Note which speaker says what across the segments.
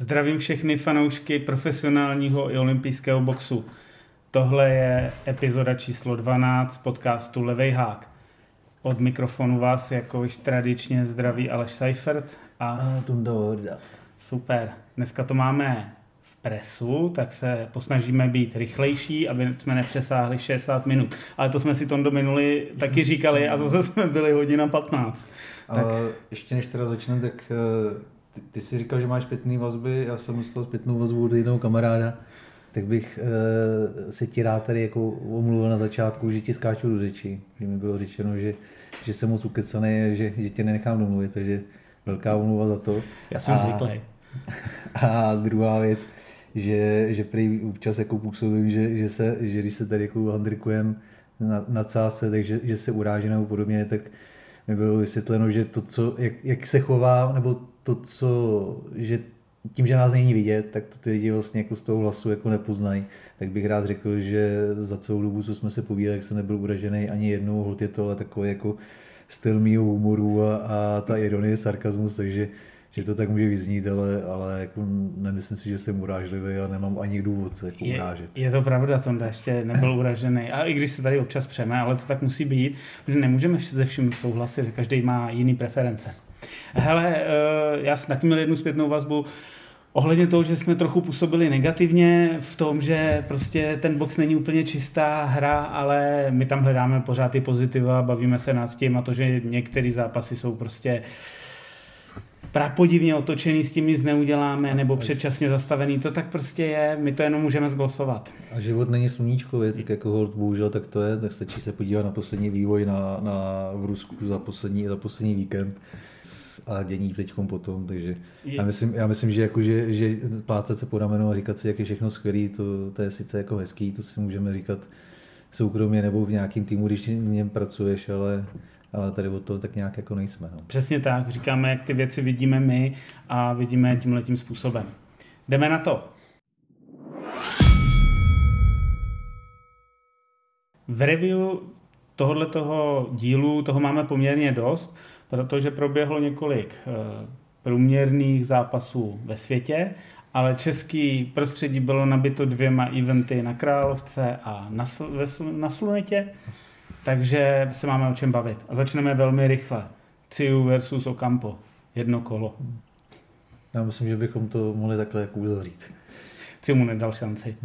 Speaker 1: Zdravím všechny fanoušky profesionálního i olympijského boxu. Tohle je epizoda číslo 12 podcastu Levej hák. Od mikrofonu vás jako již tradičně zdraví Aleš Seifert a
Speaker 2: Tunda Horda.
Speaker 1: Super. Dneska to máme v presu, tak se posnažíme být rychlejší, aby jsme nepřesáhli 60 minut. Ale to jsme si Tondo minuli taky říkali a zase jsme byli hodina 15.
Speaker 2: Tak. Ještě než teda začneme, tak ty jsi říkal, že máš zpětný vazby, já jsem dostal zpětnou vazbu od jednoho kamaráda, tak bych se ti rád tady jako omluvil na začátku, že ti skáču do řeči. Že mi bylo řečeno, že jsem moc ukecaný, že tě nenechám domluvit, takže velká omluva za to.
Speaker 1: Já jsem zvyklý.
Speaker 2: A druhá věc, že prý občas jako působím, že když se tady jako handrikujeme na cásce, takže že se uráží nebo podobně, tak mi bylo vysvětleno, že to, jak se chová, nebo to, že tím, že nás není vidět, tak to ty lidi vlastně jako z toho hlasu jako nepoznají. Tak bych rád řekl, že za celou dobu, co jsme se povídali, jak jsem nebyl uražený ani jednou, holt je to ale takový jako styl mýho humoru a ta ironie, sarkazmus, takže že to tak může vyznít, ale jako nemyslím si, že jsem urážlivý a nemám ani důvod se jako urážet.
Speaker 1: Je to pravda, Tonda ještě nebyl uražený. A i když se tady občas přeme, ale to tak musí být, protože nemůžeme se vším souhlasit, každý má jiný preference. Hele, já jsem taky měl jednu zpětnou vazbu ohledně toho, že jsme trochu působili negativně v tom, že prostě ten box není úplně čistá hra, ale my tam hledáme pořád ty pozitiva, bavíme se nad tím a to, že některé zápasy jsou prostě prapodivně otočený, s tím nic neuděláme, nebo předčasně zastavený, to tak prostě je, my to jenom můžeme zglosovat.
Speaker 2: A život není sluníčkový, tak jako hold bohužel tak to je, tak stačí se podívat na poslední vývoj v Rusku za poslední víkend a dění teďkom potom, takže já myslím, že plácat se po ramenu a říkat si, jak je všechno skvělý, to je sice jako hezký, to si můžeme říkat soukromě nebo v nějakým týmu, když v něm pracuješ, ale tady od toho tak nějak jako nejsme. No.
Speaker 1: Přesně tak, říkáme, jak ty věci vidíme my a vidíme tímhletím způsobem. Jdeme na to. V review tohoto dílu toho máme poměrně dost, protože proběhlo několik průměrných zápasů ve světě, ale český prostředí bylo nabito 2 eventy na Královce a na Slunetě, takže se máme o čem bavit. A začneme velmi rychle. Ciu versus Ocampo. 1 kolo.
Speaker 2: Já myslím, že bychom to mohli takhle jako uzavřít.
Speaker 1: Ciu mu nedal šanci.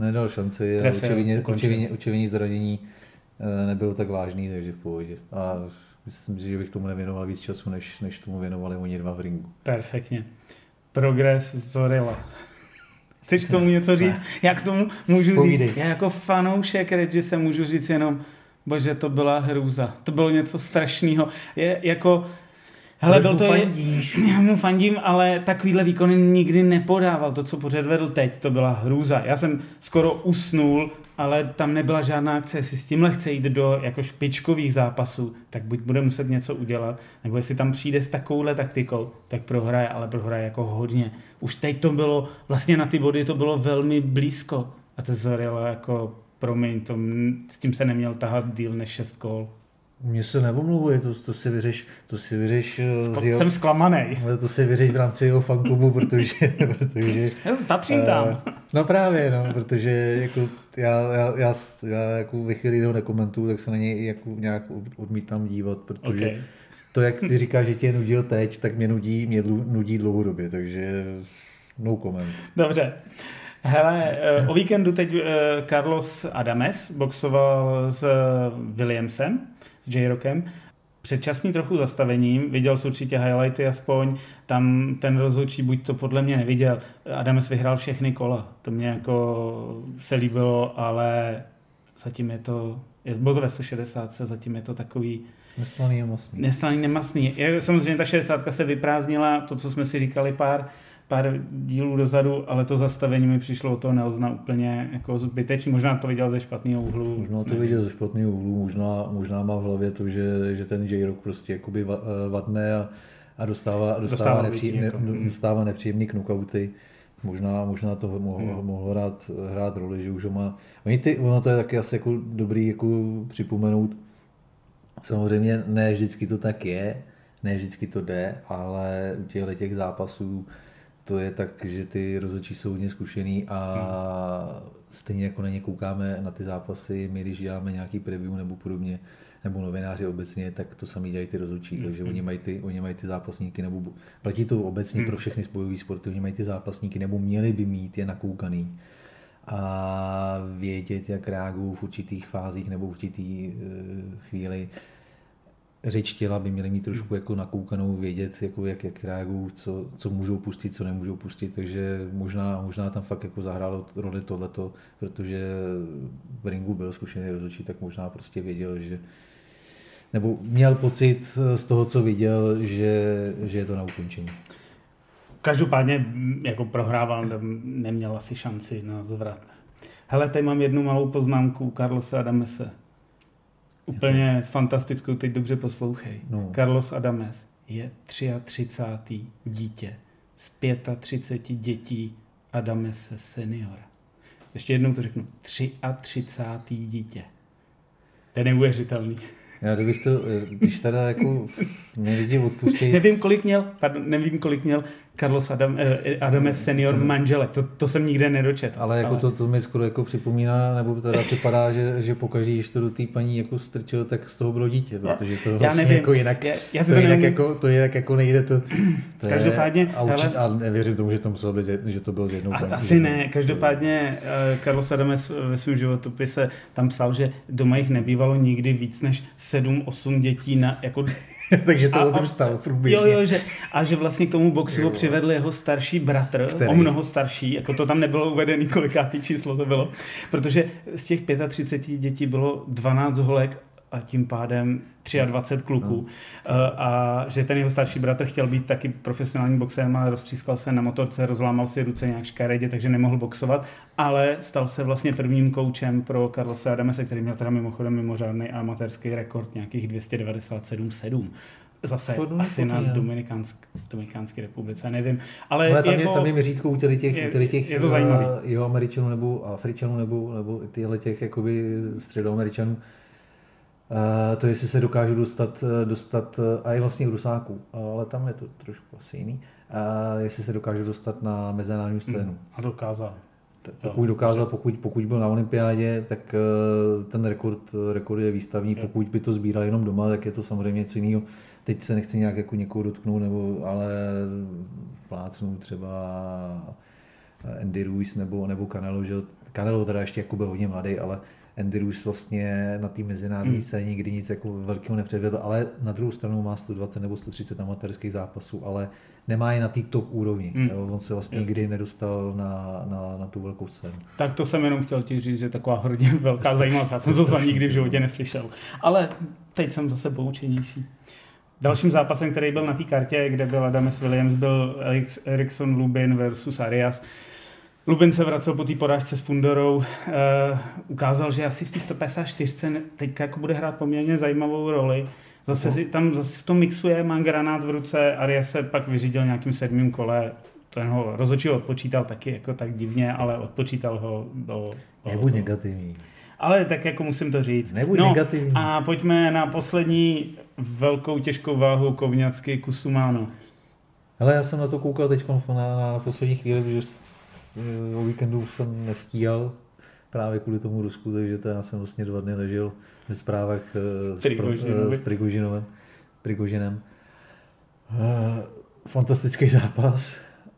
Speaker 2: Očividně zranění nebylo tak vážný, takže v pohodě. A myslím, že bych tomu nevěnoval víc času, než tomu věnovali oni dva v ringu.
Speaker 1: Perfektně. Progres Zorilla. Chceš k tomu něco říct? Já k tomu můžu říct. Já jako fanoušek Reggie se můžu říct jenom, bože, to byla hrůza. To bylo něco strašného. Je jako... Hele, byl to já mu fandím, ale takovýhle výkony nikdy nepodával. To, co předvedl teď, to byla hrůza. Já jsem skoro usnul, ale tam nebyla žádná akce. Jestli s tímhle chce jít do jako špičkových zápasů, tak buď bude muset něco udělat, nebo jestli tam přijde s takovouhle taktikou, tak prohraje, ale prohraje jako hodně. Už teď to bylo, vlastně na ty body to bylo velmi blízko. A to Zorilla jako, promiň, s tím se neměl tahat díl než 6 kol.
Speaker 2: Mně se neomluvuje, to si vyřeš
Speaker 1: jsem zklamanej.
Speaker 2: To si vyřeš v rámci jeho fanklubu, protože
Speaker 1: patřím tam.
Speaker 2: No právě, protože jako já jako ve chvíli ho nekomentuju, tak se na něj jako nějak odmítám dívat, protože to, jak ty říkáš, že tě nudil teď, tak mě nudí dlouhodobě, takže no comment.
Speaker 1: Dobře. Hele, o víkendu teď Carlos Adames boxoval s Williamsem, s J-Rockem. Předčasný trochu zastavením, viděl jsi určitě highlighty aspoň, tam ten rozhodčí buď to podle mě neviděl. Adames vyhrál všechny kola, to mě jako se líbilo, ale zatím bylo to ve 160, zatím je to takový neslaný, nemastný. Samozřejmě ta 60 se vyprázdnila, to, co jsme si říkali pár dílů dozadu, ale to zastavení mi přišlo od toho Nelsona úplně jako zbytečný. Možná to viděl ze špatného úhlu.
Speaker 2: Možná má v hlavě to, že ten J-Rock prostě jakoby vadne a dostává nepříjemný knockouty. Možná to mohlo hrát roli, že už ho má. Ono to je taky asi jako dobrý jako připomenout. Samozřejmě ne vždycky to tak je, ne vždycky to jde, ale u těch zápasů to je tak, že ty rozhodčí jsou hodně zkušený a stejně jako na ně koukáme na ty zápasy, my když děláme nějaký preview nebo podobně, nebo novináři obecně, tak to sami dělají ty rozhodčí, takže oni mají ty zápasníky, nebo platí to obecně pro všechny spojové sporty, oni mají ty zápasníky, nebo měli by mít je nakoukaný a vědět, jak reagují v určitých fázích nebo v určitý chvíli. Řeč těla by měly mít trošku jako nakoukanou, vědět, jako jak reagují, co můžou pustit, co nemůžou pustit, takže možná tam fakt jako zahrálo roli tohleto, protože v ringu byl zkušený rozhodčí, tak možná prostě věděl, že nebo měl pocit z toho, co viděl, že je to na ukončení.
Speaker 1: Každopádně jako prohrával, neměl asi šanci na zvrat. Hele, tady mám jednu malou poznámku Carlose Adamese. Úplně fantastickou, teď dobře poslouchej. No. Carlos Adames je 33. dítě z 35 dětí Adamese seniora. Ještě jednou to řeknu. 33. dítě. To je neuvěřitelný.
Speaker 2: Já kdybych to, když teda jako mě lidi odpustí...
Speaker 1: Nevím, kolik měl Carlos Adames senior manželek. To jsem nikde nedočetl.
Speaker 2: Ale jako to mi skoro jako připomíná, nebo teda připadá, že pokaždé, když to do té paní jako strčil, tak z toho bylo dítě, protože to vlastně nevím. Jako jinak, to jinak jako nejde to
Speaker 1: každopádně,
Speaker 2: a nevěřím tomu, že to muselo být, že to bylo z jednou paní.
Speaker 1: Asi ne, každopádně Carlos Adames ve svém životopise tam psal, že doma jich nebývalo nikdy víc než 7-8 dětí na jako
Speaker 2: takže to odrůstalo průběžně.
Speaker 1: Jo, že vlastně k tomu boxu ho přivedl jeho starší bratr, o mnoho starší, jako to tam nebylo uvedený, kolikátý číslo to bylo, protože z těch 35 dětí bylo 12 holek a tím pádem 23 kluků. A že ten jeho starší bratr chtěl být taky profesionální boxerem, ale roztřískal se na motorce, rozlámal si ruce nějak škaredě, takže nemohl boxovat, ale stal se vlastně prvním koučem pro Carlose Adamese, který měl teda mimochodem mimořádný amatérský rekord, nějakých 297,7. Zase asi na Dominikánské republice, nevím. Ale
Speaker 2: tam je měřítko u těch
Speaker 1: je to zajímavý.
Speaker 2: Jeho Američanů nebo Afričanů nebo tyhle těch jakoby středoameričanů. To jestli se dokážu dostat a i vlastně Rusáků, ale tam je to trošku asi jiný, jestli se dokážu dostat na mezinárodní scénu.
Speaker 1: A dokázal.
Speaker 2: Pokud byl na olympiádě, tak ten rekord je výstavní, pokud by to sbíral jenom doma, tak je to samozřejmě něco jiného. Teď se nechci nějak jako někoho dotknout, ale plácnu třeba Andy Ruiz nebo Canelo, že Canelo teda ještě jako byl hodně mladý, ale Andy Ruiz vlastně na té mezinárodní scéně nikdy nic jako velkého nepředvedl, ale na druhou stranu má 120 nebo 130 amatérských zápasů, ale nemá je na té top úrovni. On se vlastně nikdy nedostal na tu velkou scénu.
Speaker 1: Tak to jsem jenom chtěl ti říct, že taková hodně velká zajímavost. Já jsem to sám nikdy v životě neslyšel. Ale teď jsem zase poučenější. Dalším zápasem, který byl na té kartě, kde byl Adames Williams, byl Erickson Lubin versus Arias. Lubin se vracel po té porážce s Fundorou, ukázal, že asi v té 154 teďka jako bude hrát poměrně zajímavou roli. Zase to mixuje, má granát v ruce, Arias se pak vyřídil nějakým 7. kole, ten ho rozhodčí odpočítal taky jako tak divně, ale odpočítal ho do...
Speaker 2: Nebuď negativní.
Speaker 1: Ale tak jako musím to říct.
Speaker 2: Nebuď negativní.
Speaker 1: A pojďme na poslední velkou těžkou váhu Kovňacky Kusumano.
Speaker 2: Hele, já jsem na to koukal teď na poslední chvíli, protože o víkendu jsem nestíhal právě kvůli tomu Rusku, takže já jsem vlastně 2 dny ležel ve zprávách s Prigožinem. Fantastický zápas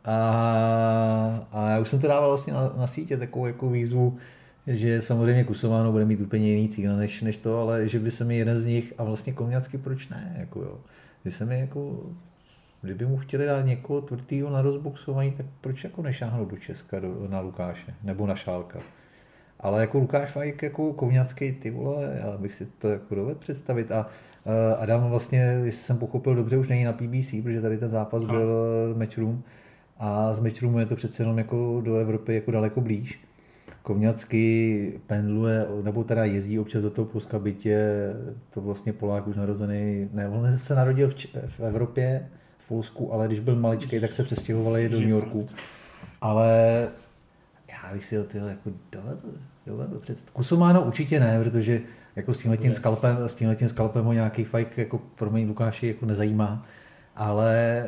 Speaker 2: a já už jsem to dával vlastně na sítě takovou jako výzvu, že samozřejmě Kusumano bude mít úplně jiný cíl než to, ale že by se mi jeden z nich, a vlastně Kovňacky proč ne, jako jo, že se mi jako... Kdyby mu chtěli dát někoho tvrdýho na rozboxování, tak proč jako nešáhnout do Česka, na Lukáše, nebo na Šálka. Ale jako Lukáš Fajk, jako Kovňacký, ty vole, já bych si to jako dovedl představit. A Adam vlastně, jestli jsem pochopil dobře, už není na PBC, protože tady ten zápas byl Matchroom. A z Matchroomu je to přece jenom jako do Evropy jako daleko blíž. Kovňacký pendluje, nebo teda jezdí občas do toho Polska, byť je to vlastně Polák už narozený, ne, on se narodil v Evropě, v Polsku, ale když byl maličký, tak se přestěhovali do New Yorku. Ale já bych si ho tyhle jako dovedl představit. Kusumano určitě ne, protože jako s tímhletím skalpem ho nějaký fajk jako pro mě Lukáši jako nezajímá, ale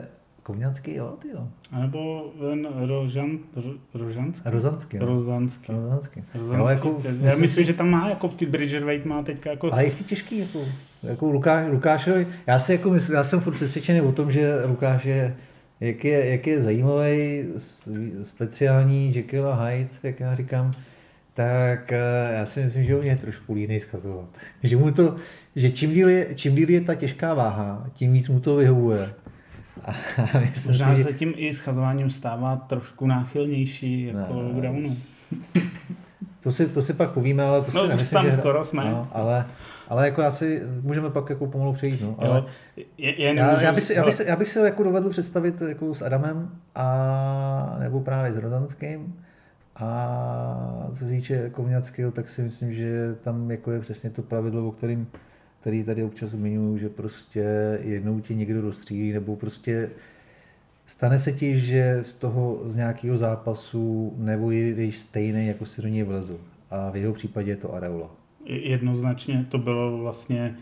Speaker 2: Kovňanský, jo, ty jo.
Speaker 1: A nebo Rožanský?
Speaker 2: Rozanský.
Speaker 1: Jo, jako, já myslím, že tam má, jako v té Bridgerweight má teďka jako...
Speaker 2: Ale i v té těžký, jako Lukášovi, já jsem furt přesvědčený o tom, že Lukáš je, jak je zajímavý, speciální Jekyll a Hyde, jak já říkám, tak já si myslím, že on je trošku línej schazovat. Že čím díl je ta těžká váha, tím víc mu to vyhovuje.
Speaker 1: Možná se tím i schazováním stává trošku náchylnější jako lockdownu.
Speaker 2: To si pak povíme, ale to si nemyslím,
Speaker 1: že... skoro jsme.
Speaker 2: No, ale jako můžeme pak jako pomalu přejít. No, ale já bych se jako dovedl představit jako s Adamem nebo právě s Rozanským. A co se týče Kovňackého, tak si myslím, že tam jako je přesně to pravidlo, který tady občas zmiňuji, že prostě jednou tě někdo rozstřílí, nebo prostě stane se ti, že z nějakého zápasu nevyjdeš stejný, jako si do něj vlezl. A v jeho případě je to Areola.
Speaker 1: Jednoznačně to bylo vlastně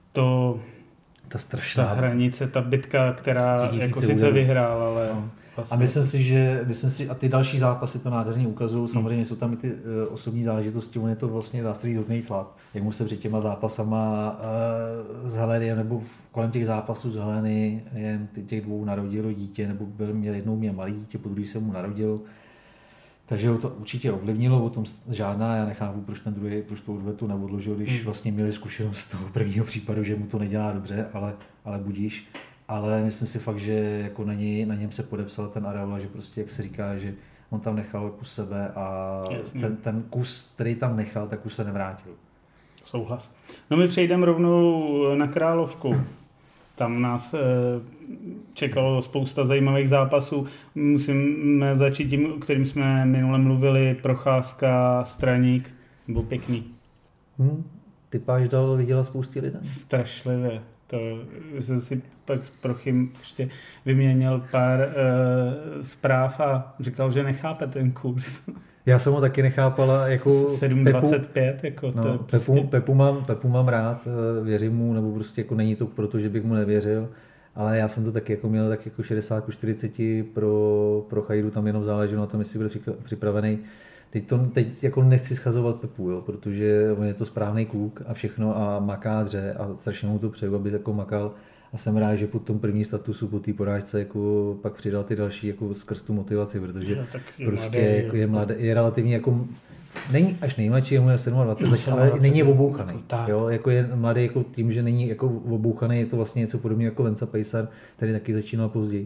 Speaker 1: ta hranice, ta bitka, která jako sice vyhrál, ale... No.
Speaker 2: Vlastně. A myslím si, a ty další zápasy to nádherně ukazují, samozřejmě jsou tam i ty osobní záležitosti, on je to vlastně zástředí hodný chlap, jak mu se před těma zápasama z Heleny, nebo kolem těch zápasů z Heleny jen těch dvou narodilo dítě, nebo jednou měl malé dítě, po druhý se mu narodilo, takže ho to určitě ovlivnilo, o tom žádná, já nechápu, proč tu odvetu neodložil, když vlastně měli zkušenost z toho prvního případu, že mu to nedělá dobře, ale budíš. Ale myslím si fakt, že jako na něm se podepsal ten Areola, že prostě, jak se říká, že on tam nechal kus sebe a ten kus, který tam nechal, tak už se nevrátil.
Speaker 1: Souhlas. No my přejdeme rovnou na Královku. Tam nás čekalo spousta zajímavých zápasů. Musíme začít tím, o kterým jsme minule mluvili, Procházka, Straník, byl pěkný.
Speaker 2: Typáž dal viděla spoustě lidem.
Speaker 1: Strašlivě. To jsem si pak s Prochym ještě vyměnil pár zpráv a říkal, že nechápe ten kurz.
Speaker 2: Já jsem ho taky nechápal, jako
Speaker 1: 7,25 jako
Speaker 2: no,
Speaker 1: to prostě...
Speaker 2: Pepu mám rád, věřím mu, nebo prostě jako není to proto, že bych mu nevěřil, ale já jsem to taky jako měl tak jako 60-40 pro Chajdu, tam jenom záleželo na tom, jestli bude připravený. Teď jako nechci schazovat Pepu, jo, protože on je to správný kluk a všechno a maká dře a strašně mu to přeju, aby jako makal a jsem rád, že po tom první statusu, po té porážce jako pak přidal ty další jako skrz tu motivaci, protože prostě je mladý, je relativně jako není až nejmladší, je mu 27, ale není obouchaný. Jo, jako je mladý jako tím, že není jako obouchaný, je to vlastně něco podobného jako Venca Pejsar, který taky začínal později.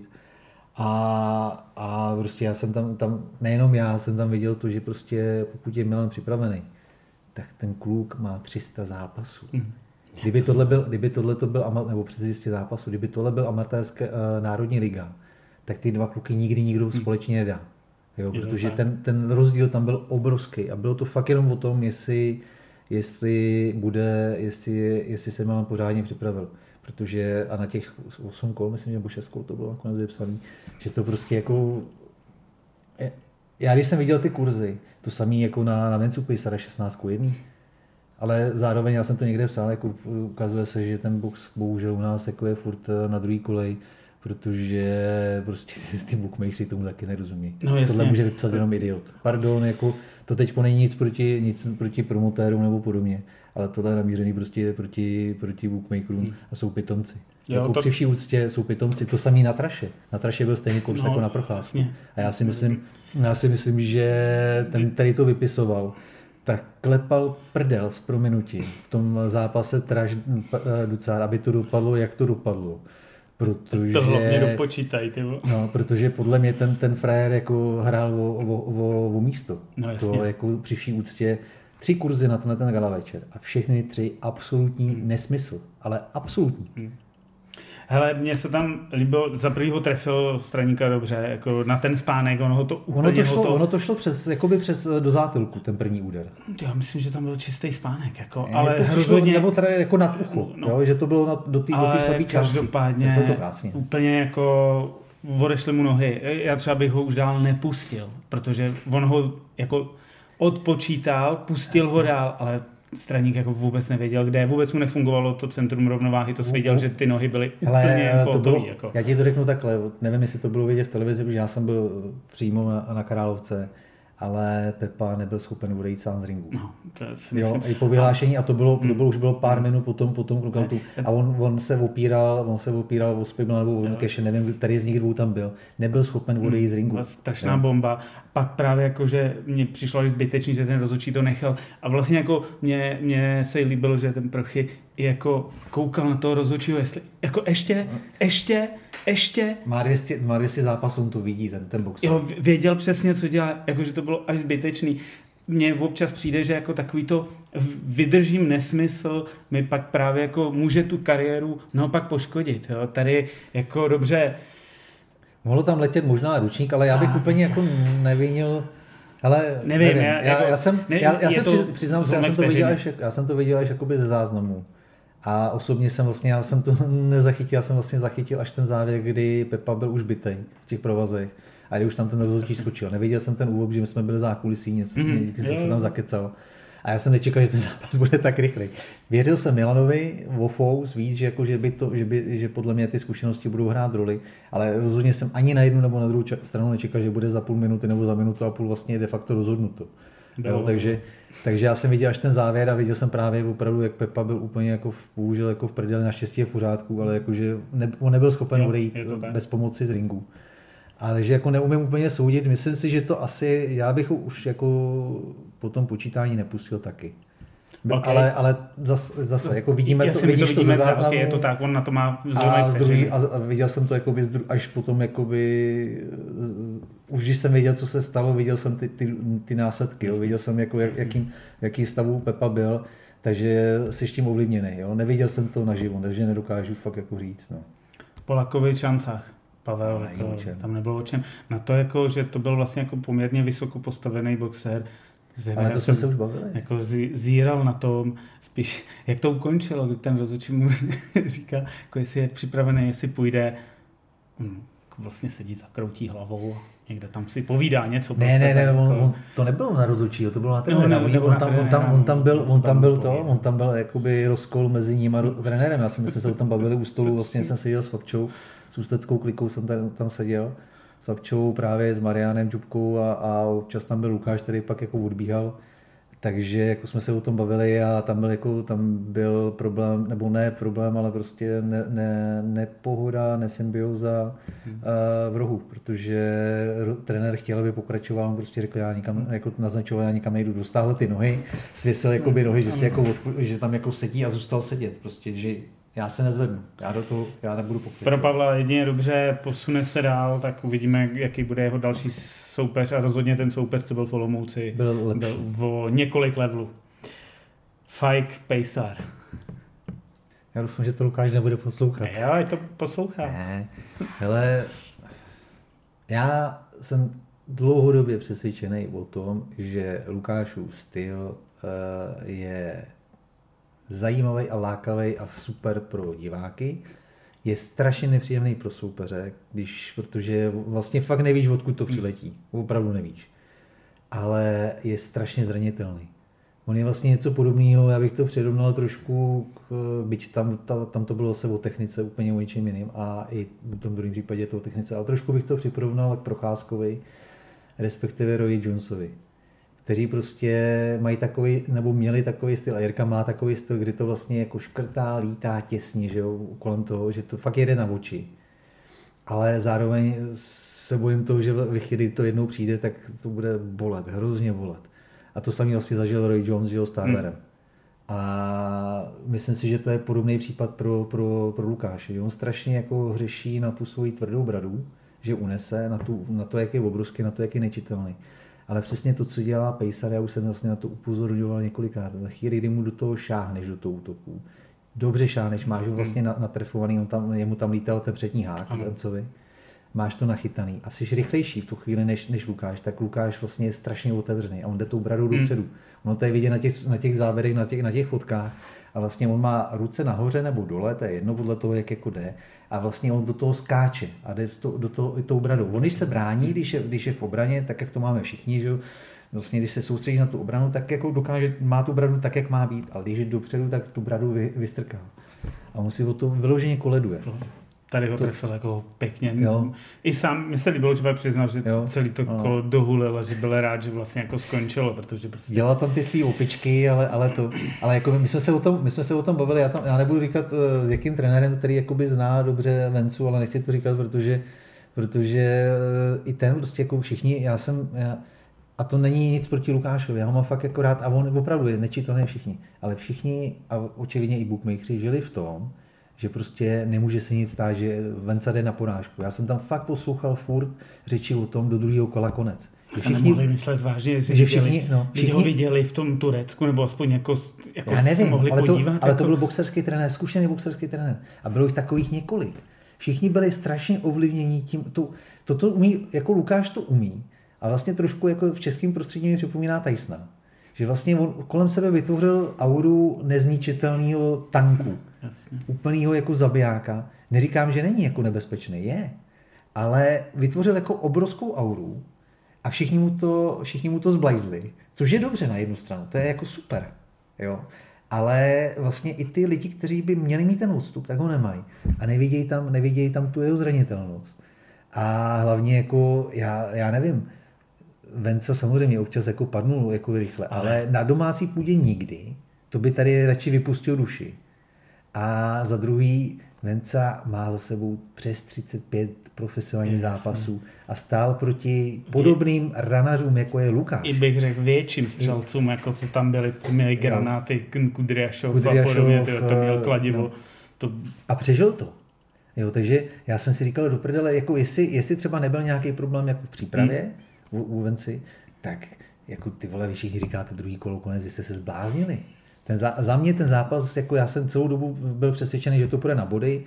Speaker 2: A prostě já jsem tam, nejenom já jsem tam viděl to, že prostě pokud je Milan připravený, tak ten kluk má 300 zápasů. Kdyby tohle to byl, nebo přes 200 zápasů, kdyby tohle byl amatérská národní liga, tak ty dva kluky nikdy nikdo společně nedá. Jo, protože ten rozdíl tam byl obrovský a bylo to fakt jenom o tom, jestli se Milan pořádně připravil. Protože a na těch 8 kol, myslím, nebo 6 kol to bylo nakonec vypsaný, že to prostě jako... Já když jsem viděl ty kurzy, to samý jako na Vencu Pejsara 16:1, ale zároveň já jsem to někde psal, jako ukazuje se, že ten box bohužel u nás jako je furt na druhý kolej, protože prostě ty bookmakeri tomu taky nerozumí.
Speaker 1: No,
Speaker 2: tohle může vypsat jenom idiot. Pardon, jako to teďko není nic proti promotérům nebo podobně, ale tohle je namířený prostě proti bookmakerům a jsou pitomci.
Speaker 1: Jo,
Speaker 2: jako při vší úctě jsou pitomci, to samý na Traše. Na Traše byl stejný kurz jako na Procházku. A já si myslím, že ten, který to vypisoval, tak klepal prdel s prominutím v tom zápase Traš Ducár, aby to dopadlo, jak to dopadlo. Protože,
Speaker 1: to hlavně dopočítaj, ty.
Speaker 2: No, protože podle mě ten frajer jako hrál o místo.
Speaker 1: No,
Speaker 2: to jako při vší úctě 3 kurzy na ten gala večer a všechny 3 absolutní nesmysl, ale absolutní.
Speaker 1: Hele, mně se tam líbilo, za prvního trefil Straníka dobře, jako na ten spánek,
Speaker 2: ono to šlo přes do zátilku, ten první úder.
Speaker 1: Já myslím, že tam byl čistý spánek, jako,
Speaker 2: ale hrozně... Nebo teda jako nad ucho, jo, že to bylo do té slabé části.
Speaker 1: Každopádně úplně jako odešly mu nohy. Já třeba bych ho už dál nepustil, protože on ho jako odpočítal, pustil ho dál, ale Straník jako vůbec nevěděl, kde, vůbec mu nefungovalo to centrum rovnováhy, to věděl, že ty nohy byly úplně pohotový. Jako.
Speaker 2: Já ti to řeknu takhle, nevím, jestli to bylo vidět v televizi, protože já jsem byl přímo na Královce, ale Pepa nebyl schopen odejít sám z ringu.
Speaker 1: No, to si myslím.
Speaker 2: Jo, i po vyhlášení, a to bylo už bylo pár minut potom knockoutu, a on se opíral o Spibla nebo o Keše, nevím, který z nich dvou tam byl, nebyl schopen odejít z ringu.
Speaker 1: Strašná bomba. Pak právě jako, že mně přišlo až zbytečný, že ten rozhodčí to nechal. A vlastně jako mně se líbilo, že ten Prochy jako koukal na toho rozhodčího, jestli jako ještě.
Speaker 2: Má 200 zápasů, on to vidí, ten boxer.
Speaker 1: Jo, věděl přesně, co dělá, jakože to bylo až zbytečný. Mně občas přijde, že jako takový to vydržím nesmysl mi pak právě jako může tu kariéru naopak poškodit. Jo. Tady jako dobře.
Speaker 2: Mohlo tam letět možná ručník, ale já bych úplně jako nevinil. Ale
Speaker 1: nevím.
Speaker 2: Přiznám se, já jsem to viděl až jakoby ze záznamu. A osobně já jsem to nezachytil, já jsem vlastně zachytil až ten závěr, kdy Pepa byl už bitej v těch provazech. A kdy už tam ten rozhodčí skočil. Neviděl jsem ten úvod, že my jsme byli zákulisí, něco se tam zakecal. A já jsem nečekal, že ten zápas bude tak rychlý. Věřil jsem Milanovi, Wofous víc, že podle mě ty zkušenosti budou hrát roli, ale rozhodně jsem ani na jednu nebo na druhou stranu nečekal, že bude za půl minuty nebo za minutu a půl vlastně de facto rozhodnuto. Jo, takže já jsem viděl až ten závěr a viděl jsem právě opravdu, jak Pepa byl úplně jako bohužel jako v prdeli, naštěstí je v pořádku, ale jakože on nebyl schopen odejít bez pomoci z ringu. Ale že jako neumím úplně soudit, myslím si, že to asi, já bych ho už jako po tom počítání nepustil taky. Okay. Ale zase jako vidíme to, vidíš to ze záznamu.
Speaker 1: Je to tak, on na to má
Speaker 2: a viděl jsem to jakoby až potom jakoby, už když jsem věděl, co se stalo, viděl jsem ty následky, jo, viděl jsem jako jaký stavu Pepa byl, takže jsi tím ovlivněný, jo. Neviděl jsem to naživo, takže nedokážu fakt jako říct, no.
Speaker 1: Polakovi šancách. Pavel, jako, tam nebylo o čem. Na to, jako, že to byl vlastně jako poměrně vysoko postavený boxer.
Speaker 2: Ale to jsme se už bavili.
Speaker 1: Jako zíral na tom, spíš, jak to ukončilo, kdy ten rozhodčí mu říká, jako jestli je připravený, jestli půjde, vlastně sedí, zakroutí hlavou a někde tam si povídá něco.
Speaker 2: Ne, on to nebylo na rozhodčího, to bylo na trenéra. On tam byl jakoby rozkol mezi ním a trenérem. Já si myslím, že se o tom bavili u stolu, vlastně jsem seděl s Fabčou, s ústeckou klikou jsem tam seděl, s Fabčou právě s Mariánem Čupkou a občas tam byl Lukáš, který pak jako odbíhal. Takže jako jsme se o tom bavili a tam byl problém, nebo ne problém, ale prostě nepohoda, nesymbioza v rohu, protože trenér chtěl, aby pokračoval, on prostě řekl, já nikam, jako naznačoval, já nikam nejdu, dostáhl ty nohy, svěsil jakoby nohy, že tam jako sedí a zůstal sedět, prostě, že já se nezvednu, já nebudu pokračovat.
Speaker 1: Pro Pavla jedině dobře, posune se dál, tak uvidíme, jaký bude jeho další soupeř a rozhodně ten soupeř, co byl v Olomouci, byl o několik levelů. Fajk Pejsar.
Speaker 2: Já doufám, že to Lukáš nebude poslouchat.
Speaker 1: Jo, je to poslouchá.
Speaker 2: Ne, hele, já jsem dlouhodobě přesvědčený o tom, že Lukášův styl je zajímavý a lákavý a super pro diváky. Je strašně nepříjemný pro soupeře, protože vlastně fakt nevíš, odkud to přiletí. Opravdu nevíš. Ale je strašně zranitelný. On je vlastně něco podobného, já bych to přirovnal trošku, byť tam to bylo zase o technice, úplně o něčem jiným a i v tom druhém případě je to o technice, ale trošku bych to přirovnal k Procházkovi, respektive Roy Jonesovi, kteří prostě mají takový, nebo měli takový styl, a Jirka má takový styl, kdy to vlastně jako škrtá, lítá těsně, že jo, kolem toho, že to fakt jede na oči. Ale zároveň se bojím toho, že ve chvíli to jednou přijde, tak to bude bolet, hrozně bolet. A to samý vlastně zažil Roy Jones, že jo, s Tarverem. A myslím si, že to je podobný případ pro Lukáše. On strašně jako hřeší na tu svoji tvrdou bradu, že unese, na to, jak je obrovský, na to, jak je nečitelný. Ale přesně to, co dělá Pejsar, já už jsem vlastně na to upozorňoval několikrát. Ve chvíli, kdy mu do toho šáhneš, do toho útoku, dobře šáhneš, máš ho vlastně natrefovaný, jemu tam lítal ten přední hák, Lencovi, máš to nachytaný a jsi rychlejší v tu chvíli než Lukáš, tak Lukáš vlastně je strašně otevřený a on jde tou bradou dopředu. Ono to je vidět na těch záběrech, na těch fotkách a vlastně on má ruce nahoře nebo dole, to je jedno podle toho, jak jako jde, a vlastně on do toho skáče a jde do toho tou bradou. On když se brání, když je v obraně, tak jak to máme všichni, že vlastně když se soustředí na tu obranu, tak jako dokáže, má tu bradu tak, jak má být, ale když jde dopředu, tak tu bradu vystrká. A on si o to vyloženě koleduje.
Speaker 1: Tady ho trefil jako pěkně. Jo. I sám mi se líbilo, že přiznal, že celý to kolo dohulil a že byl rád, že vlastně jako skončilo, protože prostě...
Speaker 2: Dělal tam ty svý opičky, ale jako my jsme se o tom bavili, já nebudu říkat s jakým trenérem, který jakoby zná dobře Vencu, ale nechci to říkat, protože i ten prostě jako všichni, a to není nic proti Lukášovi, já ho mám fakt jako rád a on opravdu je, to ne všichni, ale všichni a očividně i bookmakeri žili v tom, že prostě nemůže se nic stát, že Venca jde na porážku. Já jsem tam fakt poslouchal furt řeči o tom do druhého kola konec.
Speaker 1: Všichni nemohli myslet vážně, že všichni ho viděli v tom Turecku, nebo aspoň jako
Speaker 2: já nevím,
Speaker 1: se mohli podívat.
Speaker 2: Ale to byl boxerský trenér, zkušený boxerský trenér. A bylo jich takových několik. Všichni byli strašně ovlivnění tím. Toto umí, jako Lukáš to umí. A vlastně trošku jako v českém prostředí mi připomíná Tysona. Že vlastně on kolem sebe vytvořil auru nezničitelného tanku.
Speaker 1: Jasně.
Speaker 2: Úplnýho jako zabijáka. Neříkám, že není jako nebezpečný, je. Ale vytvořil jako obrovskou auru a všichni mu to zblajzli. Což je dobře na jednu stranu, to je jako super. Jo. Ale vlastně i ty lidi, kteří by měli mít ten odstup, tak ho nemají. A nevidějí tam tu jeho zranitelnost. A hlavně jako, já nevím, Venca samozřejmě občas jako padnul jako rychle, ale na domácí půdě nikdy. To by tady radši vypustil duši. A za druhý, Venca má za sebou přes 35 profesionálních zápasů a stál proti podobným ranařům, jako je Lukáš.
Speaker 1: I bych řekl větším střelcům, jako co tam byli, měli granáty, Kudryashov a podobně, to měl kladivo.
Speaker 2: A přežil to. Jo, takže já jsem si říkal do prdele, jako jestli třeba nebyl nějaký problém jako v přípravě u Venci, tak jako ty vole, vy všichni říkáte druhý kolo konec, vy jste se zbláznili. Za mě ten zápas, jako já jsem celou dobu byl přesvědčený, že to půjde na body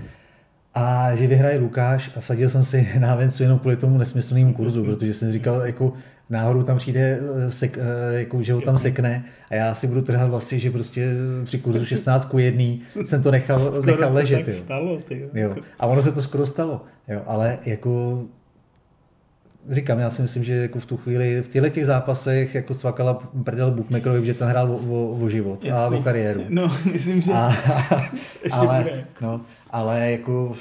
Speaker 2: a že vyhraje Lukáš a vsadil jsem si na Vencu jenom kvůli tomu nesmyslnému kurzu, protože jsem říkal, jako náhodou tam přijde, jako, že ho tam sekne a já si budu trhat vlastně, že prostě při kurzu 16:1 jsem to nechal ležet.
Speaker 1: Tak stalo,
Speaker 2: jo. A ono se to skoro stalo, jo. Ale jako říkám, já si myslím, že jako v tu chvíli, v těchto zápasech jako cvakala prdel bookmakerovi, že ten hrál o život. Jasný. A o kariéru.
Speaker 1: No, myslím, že
Speaker 2: ale jako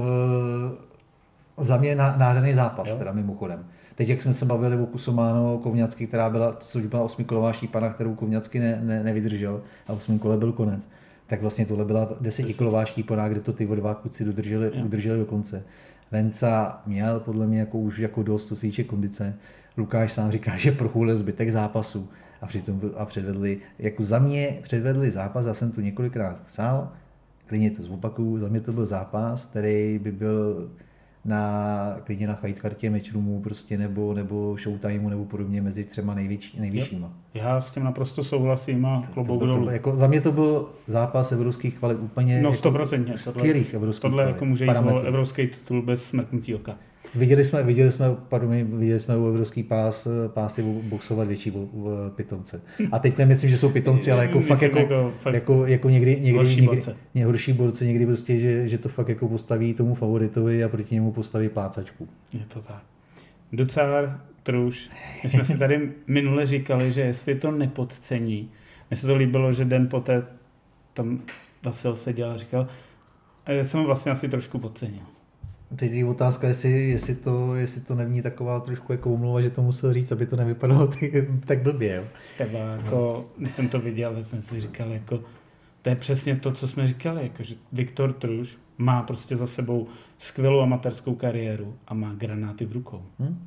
Speaker 2: za mě nádherný zápas, teda mimochodem. Teď, jak jsme se bavili o Kusománo Kovňacky, která byla 8kolová šípana, kterou Kovňacky nevydržel a v 8. kole byl konec, tak vlastně tohle byla 10kolová šípana, kde to ty dva kluci udrželi do konce. Venca měl podle mě jako už jako dost, co se týče kondice. Lukáš sám říká, že prochůlil zbytek zápasu a předvedli zápas, já jsem tu několikrát psal, klidně to zopakuju, za mě to byl zápas, který by byl klidně na fight kartě Matchroomu prostě nebo Showtimeu nebo podobně mezi třema nejvyššíma.
Speaker 1: Já s tím naprosto souhlasím a klobouk dolů.
Speaker 2: Jako za mě to byl zápas evropských kvalit úplně
Speaker 1: 100%.
Speaker 2: Skvělých evropských
Speaker 1: tohle
Speaker 2: kvalit.
Speaker 1: Jako může jít o evropský titul bez smrknutí oka.
Speaker 2: Viděli jsme u evropský pásy boxovat větší pitomce. A teď nemyslím, že jsou pitomci, ale jako fakt jako někdy horší borci, někdy prostě, že to fakt jako postaví tomu favoritovi a proti němu postaví plácačku.
Speaker 1: Je to tak. Ducár, Truš, my jsme si tady minule říkali, že jestli to nepodcení, mně se to líbilo, že den poté tam Vasil seděl a říkal, a já jsem ho vlastně asi trošku podcenil.
Speaker 2: Teď je otázka, jestli to není taková trošku jako umluva, že to musel říct, aby to nevypadalo tak blbě. Jo?
Speaker 1: Teba, jako, když jsem to viděl, tak jsem si říkal, jako, to je přesně to, co jsme říkali, jako, že Viktor Truš má prostě za sebou skvělou amatérskou kariéru a má granáty v rukou.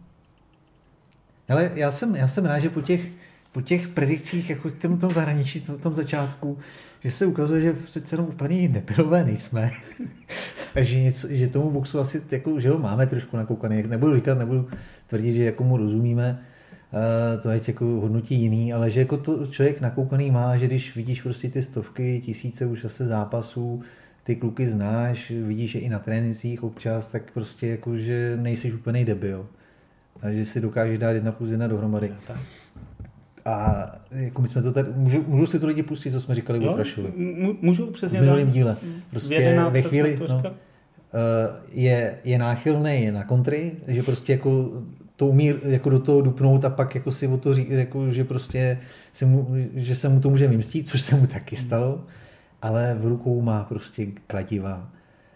Speaker 2: Hele, já jsem rád, že po těch predikcích, jako v tom zahraničí, v tom začátku, že se ukazuje, že přece jenom úplně debilové nejsme. že tomu boxu asi, jako, že ho máme trošku nakoukaný. Nebudu tvrdit, že jako mu rozumíme, to je jako hodnotí jiný, ale že jako to člověk nakoukaný má, že když vidíš prostě ty stovky, tisíce už zase zápasů, ty kluky znáš, vidíš je i na trénincích občas, tak prostě jako, že nejsiš úplný debil. A že si dokážeš dát 1+1 dohromady. A jako my jsme to tady, můžou si to lidi pustit, co jsme říkali o Trashovi.
Speaker 1: Můžou přesně.
Speaker 2: V minulém díle. Prostě ve chvíli je náchylný na kontry, že prostě jako to umí jako do toho dupnout a pak jako si o to říct, jako, že prostě že se mu to může vymstít, což se mu taky stalo, ale v rukou má prostě kladiva.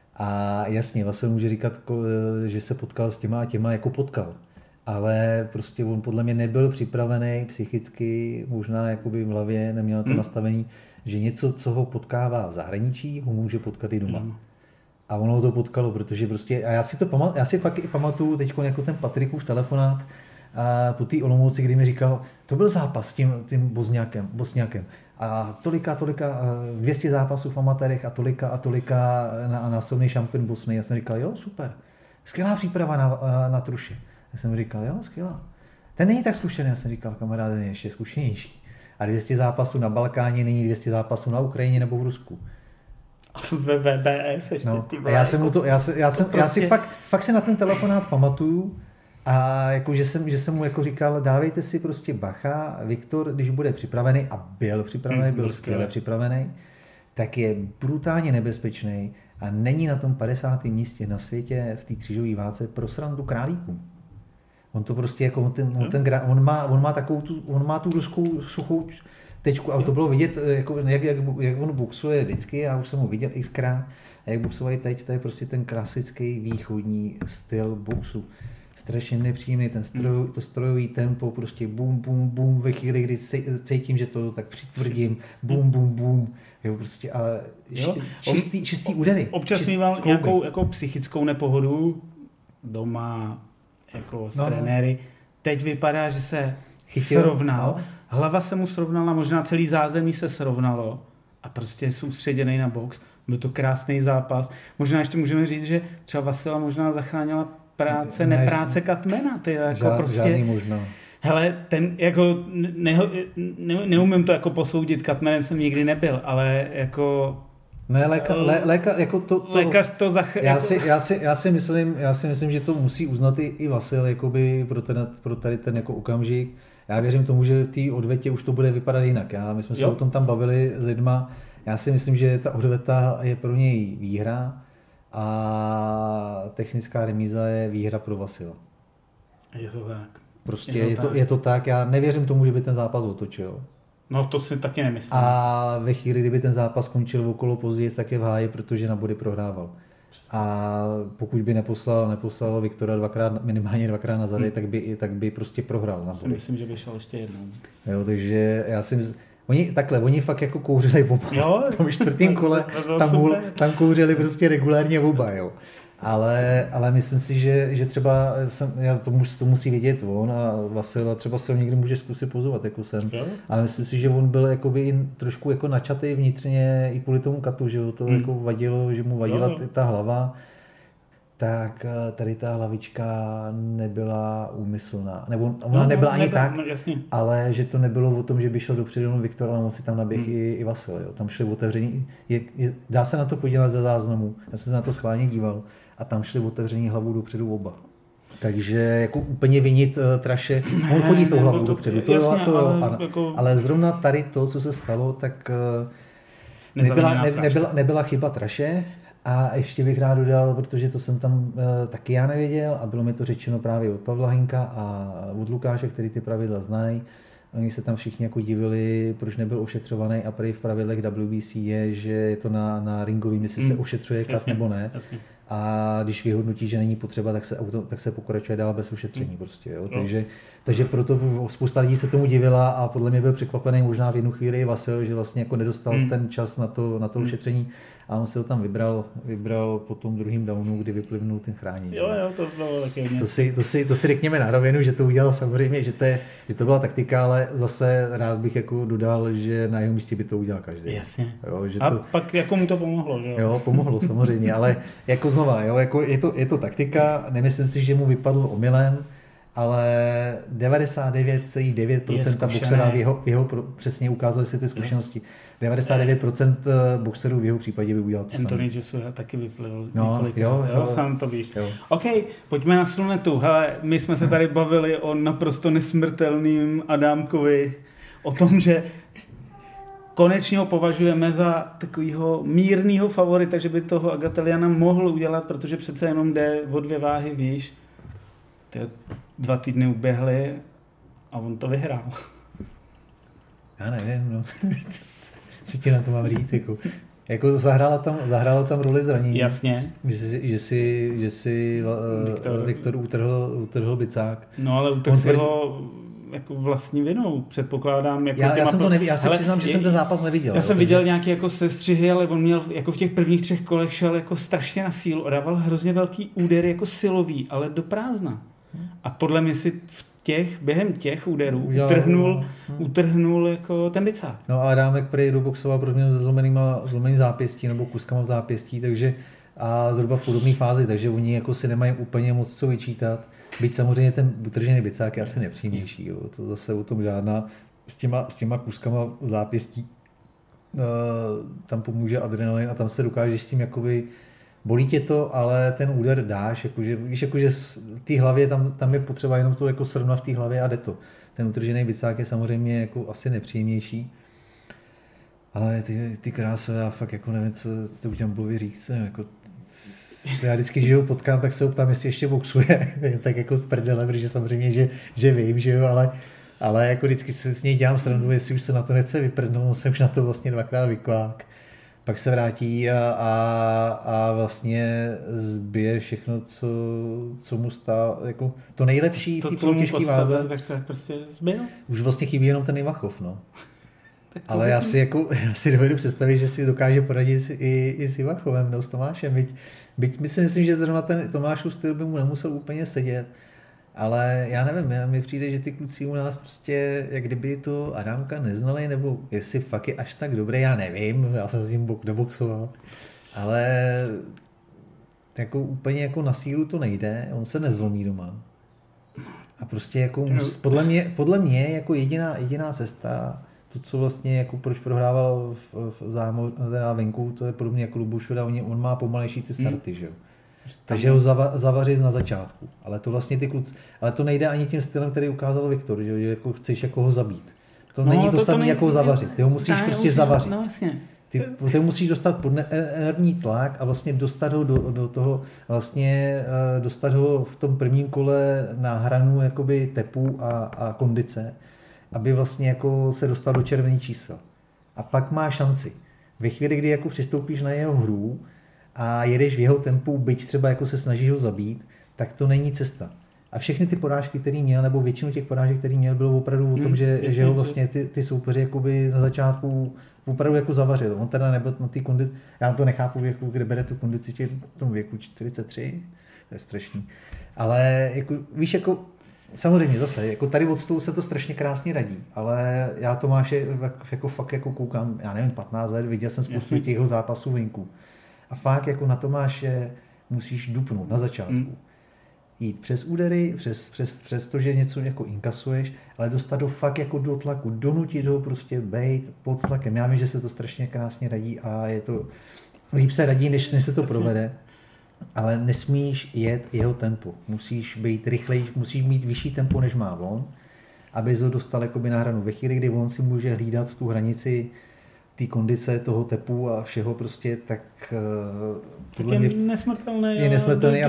Speaker 2: A jasně, vlastně může říkat, že se potkal s těma a těma, jako potkal. Ale prostě on podle mě nebyl připravený psychicky, možná jakoby v hlavě neměl to nastavení, že něco, co ho potkává v zahraničí, ho může potkat i doma. A ono ho to potkalo, protože prostě, a já si fakt i pamatuju teď jako ten Patrikův telefonát a po té Olomouci, kdy mi říkal, to byl zápas s tím Bosňákem. A tolika, 200 zápasů v amatérech a tolika na násobný šampion Bosny. Já jsem říkal, jo, super, skvělá příprava na Truše. Já jsem říkal, jo, skvělá. Ten není tak zkušený, já jsem říkal, kamaráde, je ještě zkušenější. A 200 zápasů na Balkáně není 200 zápasů na Ukrajině nebo v Rusku.
Speaker 1: A ve VBS ještě ty
Speaker 2: a já si fakt si na ten telefonát pamatuju a jako, že jsem mu jako říkal, dávejte si prostě bacha, Viktor, když bude připravený a byl připravený, byl skvěle připravený, tak je brutálně nebezpečný a není na tom 50. místě na světě v té křížové válce pro srandu králíkům. On to prostě jako on má tu ruskou suchou tečku a to bylo vidět, jako, jak on boxuje vždycky, já už jsem ho viděl xkrát, a jak boxovají teď, to je prostě ten klasický východní styl boxu. Strašně nepříjemný, to strojový tempo, prostě bum, ve chvíli, kdy cítím, že to tak přitvrdím, bum, jo, prostě, ale čistý údery.
Speaker 1: Občas mýval nějakou jako psychickou nepohodu doma, jako s trenéry. Teď vypadá, že se srovnal. Hlava se mu srovnala, možná celý zázemí se srovnalo a prostě je soustředěný na box. Byl to krásný zápas. Možná ještě můžeme říct, že třeba Vasila možná zachránila nepráce Katmana. Ty jako prostě,
Speaker 2: žádný možná.
Speaker 1: Hele, ten jako neumím to jako posoudit, Katmanem jsem nikdy nebyl, ale jako
Speaker 2: ne, lékař to já si myslím, že to musí uznat i Vasil jakoby pro tady ten jako okamžik. Já věřím tomu, že v té odvetě už to bude vypadat jinak. My jsme se o tom tam bavili s lidma. Já si myslím, že ta odveta je pro něj výhra a technická remíza je výhra pro Vasila.
Speaker 1: Je to tak.
Speaker 2: Prostě je to tak. Já nevěřím tomu, že by ten zápas otočil.
Speaker 1: No to si taky nemyslím.
Speaker 2: A ve chvíli, kdyby ten zápas skončil okolo později, tak je v háji, protože na body prohrával. A pokud by neposlal Viktora minimálně dvakrát na zady, tak by prostě prohrál na body.
Speaker 1: Myslím, že by šel ještě jednou.
Speaker 2: Jo, takže já si myslím, oni fakt jako kouřili oba.
Speaker 1: Jo?
Speaker 2: V tom čtvrtém kole tam kouřili prostě regulárně oba, jo. Ale myslím si, že třeba to musí vědět on a Vasil, třeba se ho někdy může zkusit pozvat, jako jsem. Jo? Ale myslím si, že on byl jakoby trošku jako načatý vnitřně i kvůli tomu katu, že ho to jako vadilo, že mu vadila ta hlava. Tak tady ta hlavička nebyla úmyslná. Nebo ona nebyla ani tak, ale že to nebylo o tom, že by šel dopředu Viktor, ale on si tam naběh i Vasil. Jo. Tam šli otevření, dá se na to podívat ze záznamu, já jsem se na to schválně díval a tam šli otevření hlavu dopředu oba. Takže jako úplně vinit Traše, on chodí tou hlavou dopředu, ale zrovna tady to, co se stalo, tak nebyla chyba Traše. A ještě bych rád dodal, protože to jsem tam taky já nevěděl a bylo mi to řečeno právě od Pavla Hynka a od Lukáše, který ty pravidla znají. Oni se tam všichni jako divili, proč nebyl ošetřovaný a prý v pravidlech WBC je, že je to na ringovým, jestli se ošetřuje kat nebo ne. Jasně. A když vyhodnotí, že není potřeba, tak se pokračuje dál bez ošetření prostě. Jo? Takže proto spousta lidí se tomu divila a podle mě byl překvapený možná v jednu chvíli i Vasil, že vlastně jako nedostal ten čas na to ošetření a on se ho tam vybral po tom druhém downu, kdy vyplivnul ten chránění.
Speaker 1: Jo, to bylo taky hodně.
Speaker 2: To si řekněme na rovinu, že to udělal samozřejmě, že to byla taktika, ale zase rád bych jako dodal, že na jeho místě by to udělal každý.
Speaker 1: Jasně.
Speaker 2: Jo, že
Speaker 1: a pak jako mu to pomohlo, že jo? Jo,
Speaker 2: pomohlo samozřejmě, ale jako znova, jo, jako je to taktika, nemyslím si, že mu vypadl omylem, ale 99,9% boxera v jeho přesně ukázali si ty zkušenosti. 99% boxerů v jeho případě by udělal to
Speaker 1: Anthony
Speaker 2: samé.
Speaker 1: Joshua taky vyplivl
Speaker 2: Jo,
Speaker 1: sám to víš. Jo. OK, pojďme na slunetu. Hele, my jsme se tady bavili o naprosto nesmrtelným Adámkovi, o tom, že konečně ho považujeme za takovýho mírnýho favorita, že by toho Agateliana mohl udělat, protože přece jenom jde o 2 váhy výš. 2 týdny uběhly a on to vyhrál.
Speaker 2: Já nevím, no. Co ti na to mám říct, jako zahrála tam roli zranění.
Speaker 1: Jasně.
Speaker 2: Že si Viktor utrhl bicák.
Speaker 1: No ale utrhl si ho jako vlastní vinou, předpokládám. Jako
Speaker 2: já si přiznám, že jsem ten zápas neviděl.
Speaker 1: Já jsem viděl nějaké jako sestřihy, ale on měl jako v těch prvních 3 kolech šel jako strašně na sílu a dával hrozně velký úder jako silový, ale do prázdna. A podle mě si během těch úderů utrhnul jako ten bicák.
Speaker 2: No a Adámek prej doboxoval prostě zlomený zápěstí nebo kuskama v zápěstí, takže a zhruba v podobné fázi, takže oni jako si nemají úplně moc co vyčítat. Byť samozřejmě ten utržený bicák je asi nepříjemnější, jo. To zase o tom žádná. S těma kuskama v zápěstí tam pomůže adrenalin a tam se dokážeš s tím jakoby bolí tě to, ale ten úder dáš, jakože, víš, jakože v té hlavě tam je potřeba jenom to jako srovnat v té hlavě a jde to. Ten utržený bicák je samozřejmě jako asi nepříjemnější, ale ty krásy, já fakt jako nevím, co to už Jambovi říct, jako já vždycky, když ho potkám, tak se ho ptám, jestli ještě boxuje, tak jako z prdele, protože samozřejmě, že vím, že jo, ale jako vždycky se s něj dělám srandu, jestli už se na to nechce vyprdnout, jsem už na to vlastně 2krát vykvák. Pak se vrátí a vlastně zbije všechno, co mu stál, jako to nejlepší v té těžké váze.
Speaker 1: Tak se prostě zbil.
Speaker 2: Už vlastně chybí jenom ten Ivachov, no. Ale já si dovedu představit, že si dokáže poradit i s Ivachovem, nebo s Tomášem. Byť myslím, že zrovna ten Tomášův styl by mu nemusel úplně sedět. Ale já nevím, mi přijde, že ty kluci u nás prostě, jak kdyby to Adámka neznali, nebo jestli fakt je až tak dobrý, já nevím, já jsem s ním doboxoval. Ale jako úplně jako na sílu to nejde, on se nezlomí doma. A prostě jako podle mě jako jediná cesta, to, co vlastně jako proč prohrával v venku, to je podobně jako Lubušoda, on má pomalejší ty starty, že jo. Takže ho zavařit na začátku. Ale to vlastně ale to nejde ani tím stylem, který ukázal Viktor, že jako chceš jako ho zabít. To není to samé jako ho zavařit. Ty ho musíš prostě zavařit.
Speaker 1: No jasně.
Speaker 2: Ty musíš dostat pod enormní tlak a vlastně dostat ho do toho, vlastně dostat ho v tom prvním kole na hranu jakoby tepu a kondice, aby vlastně jako se dostal do červených čísel. A pak má šanci. Ve chvíli, kdy jako přistoupíš na jeho hru a jedeš v jeho tempu, byť třeba jako se snažíš ho zabít, tak to není cesta. A všechny ty porážky, který měl, nebo většinu těch porážek, který měl, bylo opravdu o tom, že ho vlastně ty soupeři jakoby na začátku opravdu jako zavařil. On teda nebyl na té kondici, já to nechápu věku, kde bere tu kondici v tom věku 43, to je strašný. Ale jako, víš, jako samozřejmě zase, jako tady od stolu se to strašně krásně radí, ale já Tomáše jako fakt jako koukám, já nevím, 15 let, viděl jsem spoustu těch jeho zápasů venku. A fakt jako na Tomáše musíš dupnout na začátku. Jít přes údery, přes to, že něco jako inkasuješ, ale dostat ho fakt jako do tlaku, donutit ho prostě bejt pod tlakem. Já vím, že se to strašně krásně radí a je to líp se radí, než se to provede, ale nesmíš jet jeho tempo. Musíš být rychlej, musíš mít vyšší tempo, než má on, aby ho dostal jakoby na hranu. Ve chvíli, kdy on si může hlídat tu hranici té kondice, toho tepu a všeho prostě, tak
Speaker 1: podle mě nesmrtelný.
Speaker 2: Je nesmrtelný a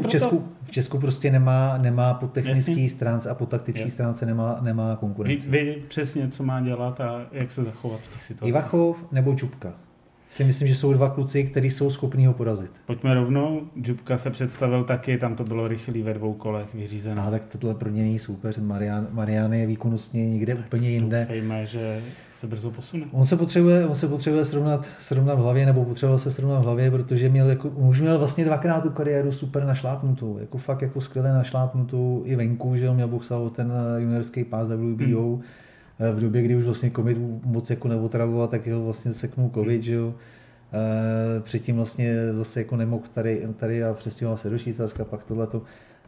Speaker 2: v Česku prostě nemá po technické stránce a po taktické stránce nemá konkurenci.
Speaker 1: Ví přesně, co má dělat a jak se zachovat v těch situacích.
Speaker 2: Ivachov nebo Džubka. Si myslím, že jsou 2 kluci, kteří jsou schopní ho porazit.
Speaker 1: Pojďme rovnou. Džubka se představil taky, tam to bylo rychlý ve 2 kolech vyřízené.
Speaker 2: A tak tohle pro něj není soupeř. Marián je výkonnostně někde úplně jinde.
Speaker 1: Doufejme, že se brzo posune.
Speaker 2: On se potřebuje srovnat v hlavě, nebo potřeboval se srovnat v hlavě, protože už měl vlastně 2krát tu kariéru super našlápnutou. Jako fakt jako skvěle našlápnutou i venku, že on měl boxovat ten juniorský pás WBO. V době, kdy už vlastně covid moc jako neotravoval, tak ho vlastně seknul covid, že jo. Předtím vlastně zase jako nemohl tady a přestěhoval se do Švýcarska, pak tohleto.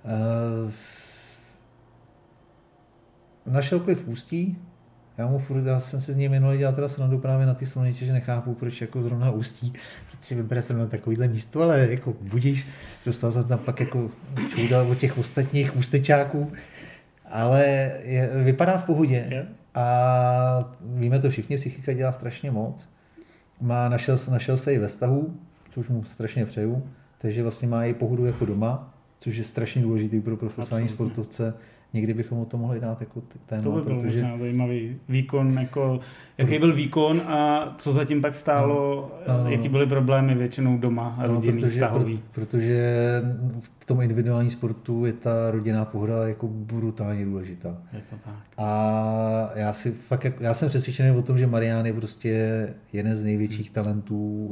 Speaker 2: Našel klid v Ústí, já jsem si z něj minulý dělal teda srandu právě na ty Sloniče, že nechápu, proč jako zrovna Ústí, proč si vybere zrovna takovýhle místo, ale jako budíš, dostal jsem tam pak jako čouda od těch ostatních ústečáků, ale vypadá v pohodě. A víme to všichni, psychika dělá strašně moc. Našel se i ve vztahu, což mu strašně přeju, takže vlastně má i pohodu jako doma, což je strašně důležitý pro profesionální sportovce. někdy bychom o tom mohli dát jako téma.
Speaker 1: To by byl možná zajímavý výkon, jako, jaký byl výkon a co zatím pak stálo, jaký byly problémy většinou doma rodinný, vztahový.
Speaker 2: Protože v tom individuální sportu je ta rodinná pohoda jako brutálně důležitá.
Speaker 1: Je to tak.
Speaker 2: A já jsem přesvědčený o tom, že Marián je prostě jeden z největších talentů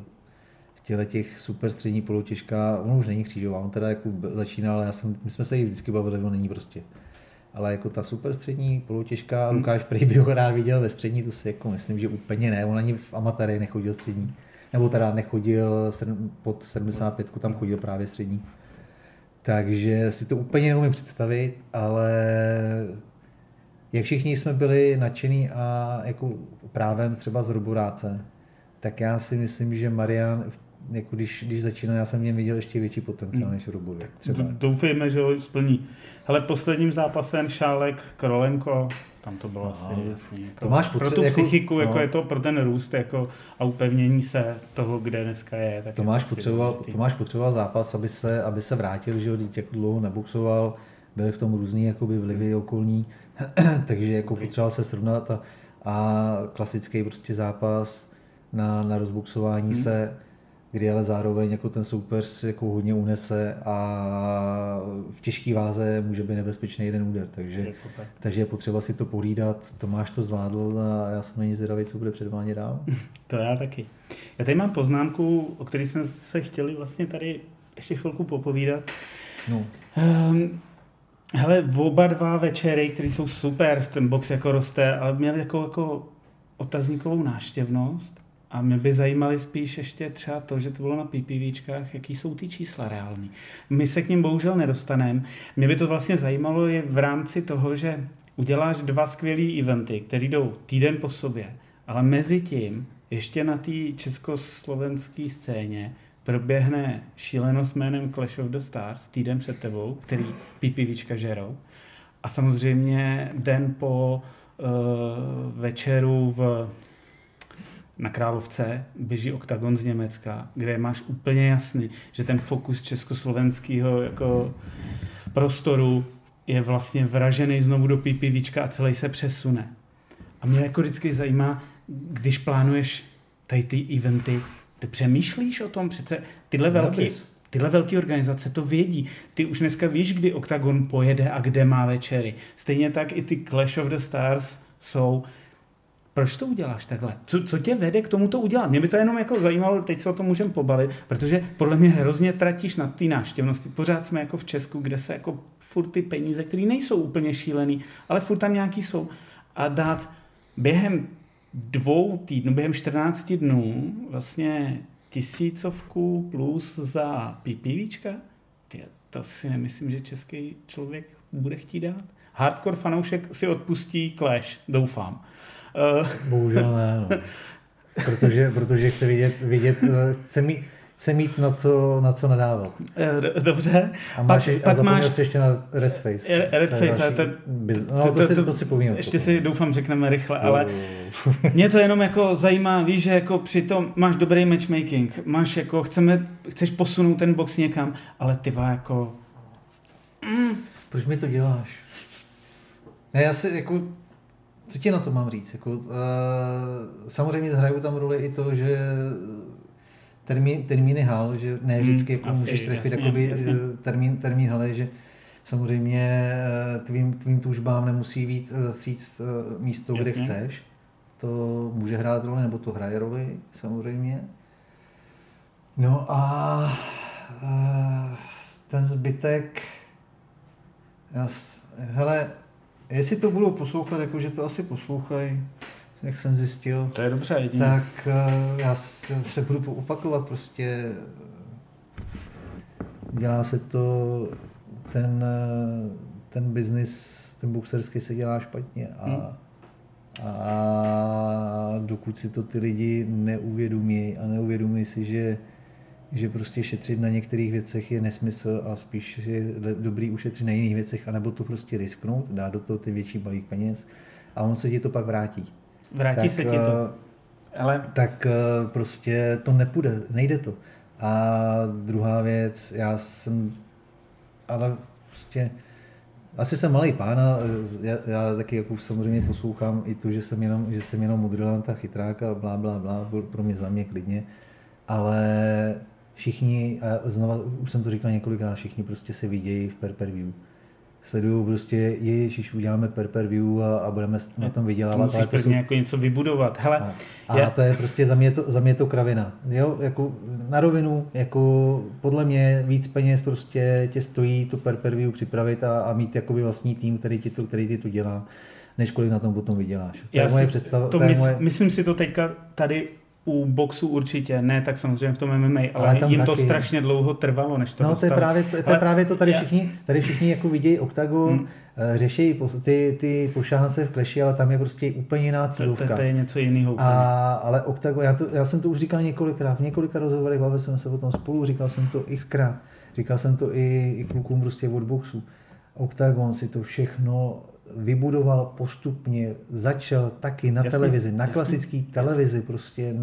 Speaker 2: v těch super střední polotěžka. On už není křížová, on teda jako začínal, ale my jsme se jí vždycky bavili, on není prostě. Ale jako ta super střední polotěžka, Lukáš Prej by ho rád viděl ve střední, to si jako myslím, že úplně ne, on ani v amatéry nechodil střední. Nebo teda nechodil pod 75, tam chodil právě střední. Takže si to úplně neumím představit, ale jak všichni jsme byli nadšený a jako právem třeba z Roboráce, tak já si myslím, že Marián, jako když začínal, já jsem v něm viděl ještě větší potenciál než Robovi.
Speaker 1: Doufejme, že ho splní. Hele, posledním zápasem Šálek, Krolenko, tam to bylo asi jasný. Jako,
Speaker 2: to máš
Speaker 1: pro tu psychiku, jako je to pro ten růst jako, a upevnění se toho, kde dneska je. Tak
Speaker 2: Tomáš potřeboval zápas, aby se vrátil, že ho jako dlouho neboxoval, byly v tom různý jakoby vlivy okolní, takže jako potřeboval se srovnat a klasický prostě zápas na rozboxování se, kdy ale zároveň jako ten soupeř jako hodně unese a v těžké váze může být nebezpečný jeden úder, takže je potřeba si to pohlídat. Tomáš to zvládl a já jsem není zvědavý, co bude předvádět dál.
Speaker 1: To já taky. Já tady mám poznámku, o které jsme se chtěli vlastně tady ještě chvilku popovídat.
Speaker 2: No.
Speaker 1: Hele, oba dva večery, které jsou super, ten box jako roste, ale měli jako otazníkovou návštěvnost. A mě by zajímaly spíš ještě třeba to, že to bylo na PPVčkách, jaký jsou ty čísla reální. My se k ním bohužel nedostaneme. Mě by to vlastně zajímalo je v rámci toho, že uděláš 2 skvělý eventy, které jdou týden po sobě, ale mezi tím ještě na té československé scéně proběhne šílenost jménem Clash of the Stars týden před tebou, který PPVčka žerou. A samozřejmě den po večeru na Královce běží Oktagon z Německa, kde máš úplně jasný, že ten fokus československého jako prostoru je vlastně vražený znovu do PPVčka a celý se přesune. A mě jako vždycky zajímá, když plánuješ tady ty eventy, ty přemýšlíš o tom? Přece tyhle velké organizace to vědí. Ty už dneska víš, kdy Oktagon pojede a kde má večery. Stejně tak i ty Clash of the Stars jsou. Proč to uděláš takhle? Co tě vede k tomu to udělat? Mě by to jenom jako zajímalo, teď se o tom můžeme pobavit, protože podle mě hrozně tratíš na té návštěvnosti. Pořád jsme jako v Česku, kde se jako furt ty peníze, které nejsou úplně šílený, ale furt tam nějaký jsou. A dát během 2 týdnů, během 14 dnů vlastně 1000 plus za PPVčka? To si nemyslím, že český člověk bude chtít dát. Hardcore fanoušek si odpustí Clash, doufám.
Speaker 2: Bohužel ne, no. Protože chce vidět chce mít na co nadávat.
Speaker 1: Dobře.
Speaker 2: A zapomněl jsi ještě na Red Face.
Speaker 1: Red Face,
Speaker 2: to si povíme.
Speaker 1: Ještě si doufám řekneme rychle, ale mě to jenom jako zajímá, víš, že jako přitom máš dobrý matchmaking, máš jako, chceš posunout ten box někam, ale ty jako...
Speaker 2: Proč mi to děláš? Ne, já si jako... Co ti na to mám říct? Jako, samozřejmě hrajou tam roli i to, že termíny hal, že ne vždycky jako můžeš trefit termín haly, že samozřejmě tvým tužbám nemusí být vstříc místo, kde chceš. To může hrát roli, nebo to hraje roli, samozřejmě. No a ten zbytek... Hele, jestli to budou poslouchat, jakože to asi poslouchají, jak jsem zjistil,
Speaker 1: to je dobře,
Speaker 2: tak já se budu opakovat prostě. Dělá se to, ten biznis, ten boxerský se dělá špatně a dokud si to ty lidi neuvědomí si, že prostě šetřit na některých věcech je nesmysl a spíš je dobrý ušetřit na jiných věcech, anebo to prostě risknout, dát do toho ty větší balík peněz a on se ti to pak vrátí.
Speaker 1: Vrátí se ti to. Ale...
Speaker 2: Tak prostě to nejde to. A druhá věc, ale prostě Asi jsem malej pán a já taky jako samozřejmě poslouchám i to, že jsem jenom modrilant a chytrák a blá, blá, blá, pro mě za mě klidně, ale všichni, a znova, už jsem to říkal několikrát, všichni prostě se vidějí v per-view. Sledují prostě, ježiš, uděláme per-view a budeme na tom vydělávat.
Speaker 1: Musíš prvně jako něco vybudovat. Hele,
Speaker 2: a to je prostě za mě to kravina. Jo, jako na rovinu, jako podle mě víc peněz prostě tě stojí tu per-view připravit a mít jakoby vlastní tým, který ti to dělá, než kolik na tom potom vyděláš. To je moje představa.
Speaker 1: Myslím si to teďka tady u boxu určitě, ne tak samozřejmě v tom MMA, ale jim to taky strašně dlouho trvalo, než to dostali.
Speaker 2: To je právě to, tady všichni jako vidějí oktagon, řeší ty pošáhance v kleši, ale tam je prostě úplně jiná cílovka.
Speaker 1: To je něco jiného.
Speaker 2: Ale oktagon, já jsem to už říkal několikrát, v několika rozhovorech, bavil jsem se o tom spolu, říkal jsem to xkrát, říkal jsem to i klukům prostě od boxu. Oktagon si to všechno vybudoval postupně, začal taky na televizi, na klasické televizi, prostě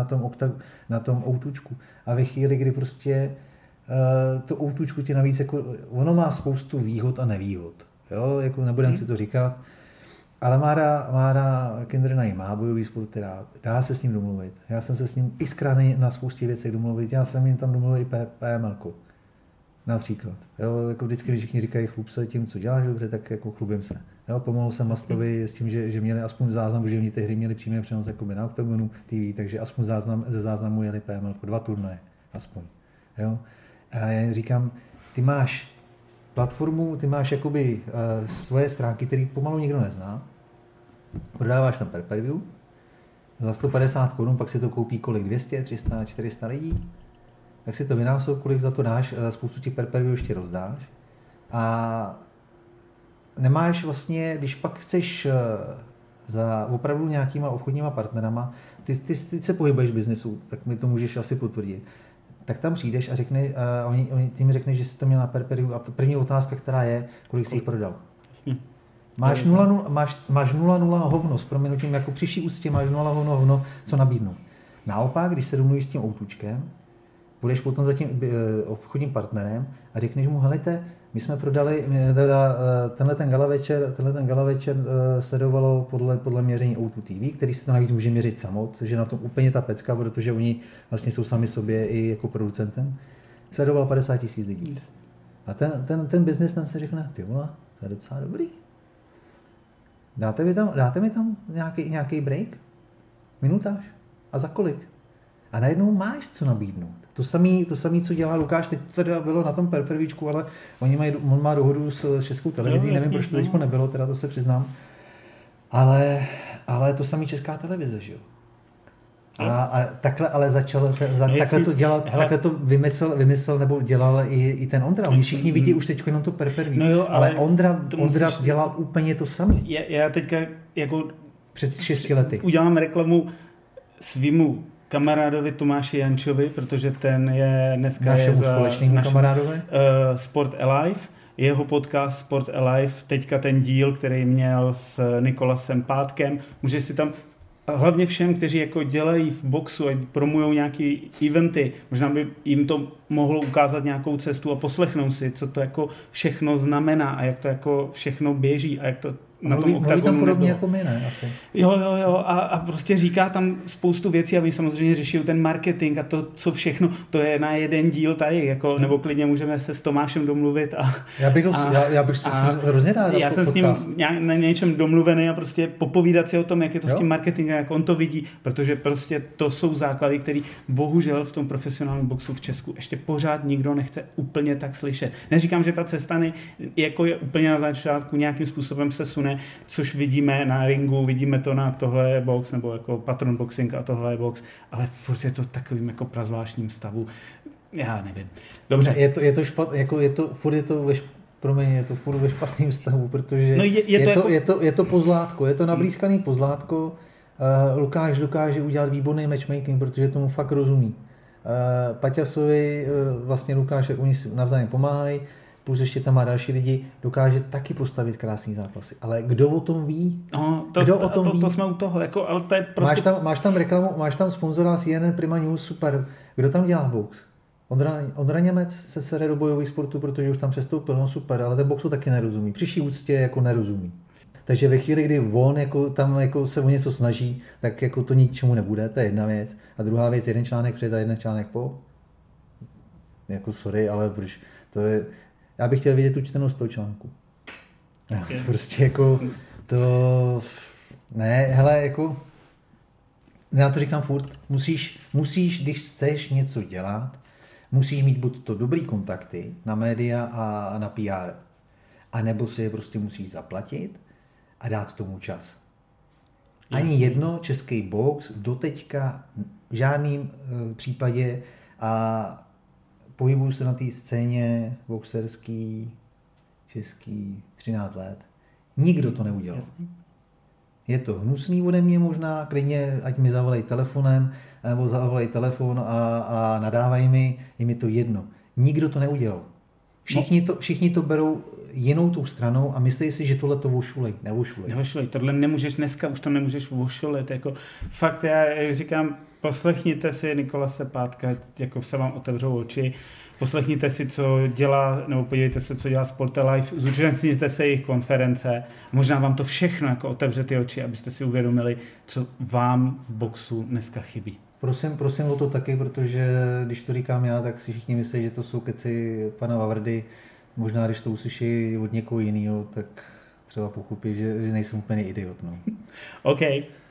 Speaker 2: na tom outučku. A ve chvíli, kdy prostě to outučku ti navíc, jako, ono má spoustu výhod a nevýhod. Jo, jako nebudem si to říkat, ale Mára Kendrina má bojový sport rád, dá se s ním domluvit. Já jsem se s ním xkrát na spoustě věcech domluvit, já jsem jim tam domluvil i PML-ku. Například. Jo, jako vždycky, když všichni říkají chlub se tím, co děláš dobře, tak jako chlubím se. Jo, pomohl jsem Mastovi s tím, že měli aspoň záznam, protože oni ty hry měli přímý přenos jako na Octagonu TV, takže aspoň ze záznamu jeli PML 2 turnaje, aspoň. Jo. A já říkám, ty máš platformu, ty máš jakoby svoje stránky, které pomalu nikdo nezná, prodáváš tam per-view, za 150 Kč, pak si to koupí kolik, 200, 300, 400 lidí, tak si to vynásob, kolik za to dáš, spoustu těch per-view ještě rozdáš a nemáš vlastně, když pak chceš za opravdu nějakýma obchodníma partnerama, ty se pohybuješ v biznesu, tak mi to můžeš asi potvrdit, tak tam přijdeš a ty mi řekneš, že jsi to měl na per-view a první otázka, která je, kolik jsi jich prodal. Máš 0,0 hovno, s prominutím, jako při vší úctě máš 0 hovno, co nabídnout. Naopak, když se domluvíš s tím outučkem, budeš potom za tím obchodním partnerem a řekneš mu, helejte, my jsme prodali, tenhle ten gala večer sledovalo podle měření O2 TV, který se to navíc může měřit samo, což je na tom úplně ta pecka, protože oni vlastně jsou sami sobě i jako producentem, sledovalo 50 000 lidí. A ten businessman se řekne, ty vole, to je docela dobrý. Dáte mi tam nějaký break? Minutáž? A za kolik? A najednou máš co nabídnout. To samé, co dělá Lukáš, teď teda bylo na tom per-view, ale on má dohodu s Českou televizí, nevím, proč to teď nebylo, teda to se přiznám. Ale to samý Česká televize, že jo. A takhle ale takhle to dělal, takhle to vymyslel nebo dělal i ten Ondra. Oni všichni vidí už teď jenom to per-view, ale Ondra dělal úplně to samé.
Speaker 1: Já teďka jako
Speaker 2: před 6 lety
Speaker 1: udělám reklamu svýmu kamarádovi Tomáši Jančovi, protože ten je dneska
Speaker 2: společnému kamarádovi
Speaker 1: Sport Alive. Jeho podcast Sport Alive, teďka ten díl, který měl s Nikolasem Pátkem, může si tam hlavně všem, kteří jako dělají v boxu a promujou nějaký eventy, možná by jim to mohlo ukázat nějakou cestu a poslechnou si, co to jako všechno znamená a jak to jako všechno běží a jak to na tom Octagonu
Speaker 2: tam podobně jako my, ne? Asi.
Speaker 1: Jo. A prostě říká tam spoustu věcí a my samozřejmě řeší ten marketing a to, co všechno, to je na jeden díl tady, jako, nebo klidně můžeme se s Tomášem domluvit.
Speaker 2: Já bych se hrozně rád.
Speaker 1: Já jsem podcast s ním na něčem domluvený a prostě popovídat si o tom, jak je to s tím marketingem, jak on to vidí, protože prostě to jsou základy, které bohužel v tom profesionálním boxu v Česku ještě pořád nikdo nechce úplně tak slyšet. Neříkám, že ta cesta jako je úplně na začátku, nějakým způsobem se sune, což vidíme na ringu, vidíme to na tohle je box, nebo jako patron boxing a tohle je box, ale furt je to takovým jako prazvláštním stavu. Já nevím. Dobře.
Speaker 2: Je to furt ve špatném stavu, protože je to pozlátko, je to nablízkaný pozlátko. Lukáš dokáže udělat výborný matchmaking, protože tomu fakt rozumí. Paťasovi, vlastně Lukáš, oni si navzájem pomáhají, plus ještě tam má další lidi, dokáže taky postavit krásný zápasy. Ale kdo o tom ví?
Speaker 1: To jsme u toho, jako, ale to je prostě...
Speaker 2: Máš tam reklamu, máš tam sponzora CNN Prima News, super. Kdo tam dělá box? Ondra Němec se sere do bojových sportů, protože už tam přestoupil, no super, ale ten boxu taky nerozumí. Při vší úctě jako nerozumí. Takže ve chvíli, kdy on jako tam jako se o něco snaží, tak jako to ničemu nebude, to je jedna věc. A druhá věc, jeden článek před a jeden článek po. Jako sorry, ale proč to je... Já bych chtěl vidět tu čtenost toho článku. To prostě jako to... Ne, hele, jako... Já to říkám furt, musíš, když chceš něco dělat, musíš mít buď to dobrý kontakty na média a na PR, anebo si je prostě musíš zaplatit a dát tomu čas. Ani jedno český box doteďka v žádném případě a pohybuju se na té scéně boxerský, český 13 let. Nikdo to neudělal. Jasně. Je to hnusný ode mě možná, klidně, ať mi zavolají telefonem, nebo zavolají telefon a nadávají mi, je mi to jedno. Nikdo to neudělal. Všichni to berou jinou tou stranou a myslí si, že tohle to vošulej. Nevošulej.
Speaker 1: Tohle nemůžeš dneska, už to nemůžeš vošulit. Jako, fakt já říkám, poslechněte si Nikolase Pátka, jako se vám otevřou oči, poslechněte si, co dělá, nebo podívejte se, co dělá Sportelife, zúčastněte se jejich konference, možná vám to všechno jako otevře ty oči, abyste si uvědomili, co vám v boxu dneska chybí.
Speaker 2: Prosím o to taky, protože když to říkám já, tak si všichni myslí, že to jsou keci pana Vavrdy. Možná, když to uslyší od někoho jiného, tak třeba pochopí, že nejsem úplně idiot. No.
Speaker 1: OK.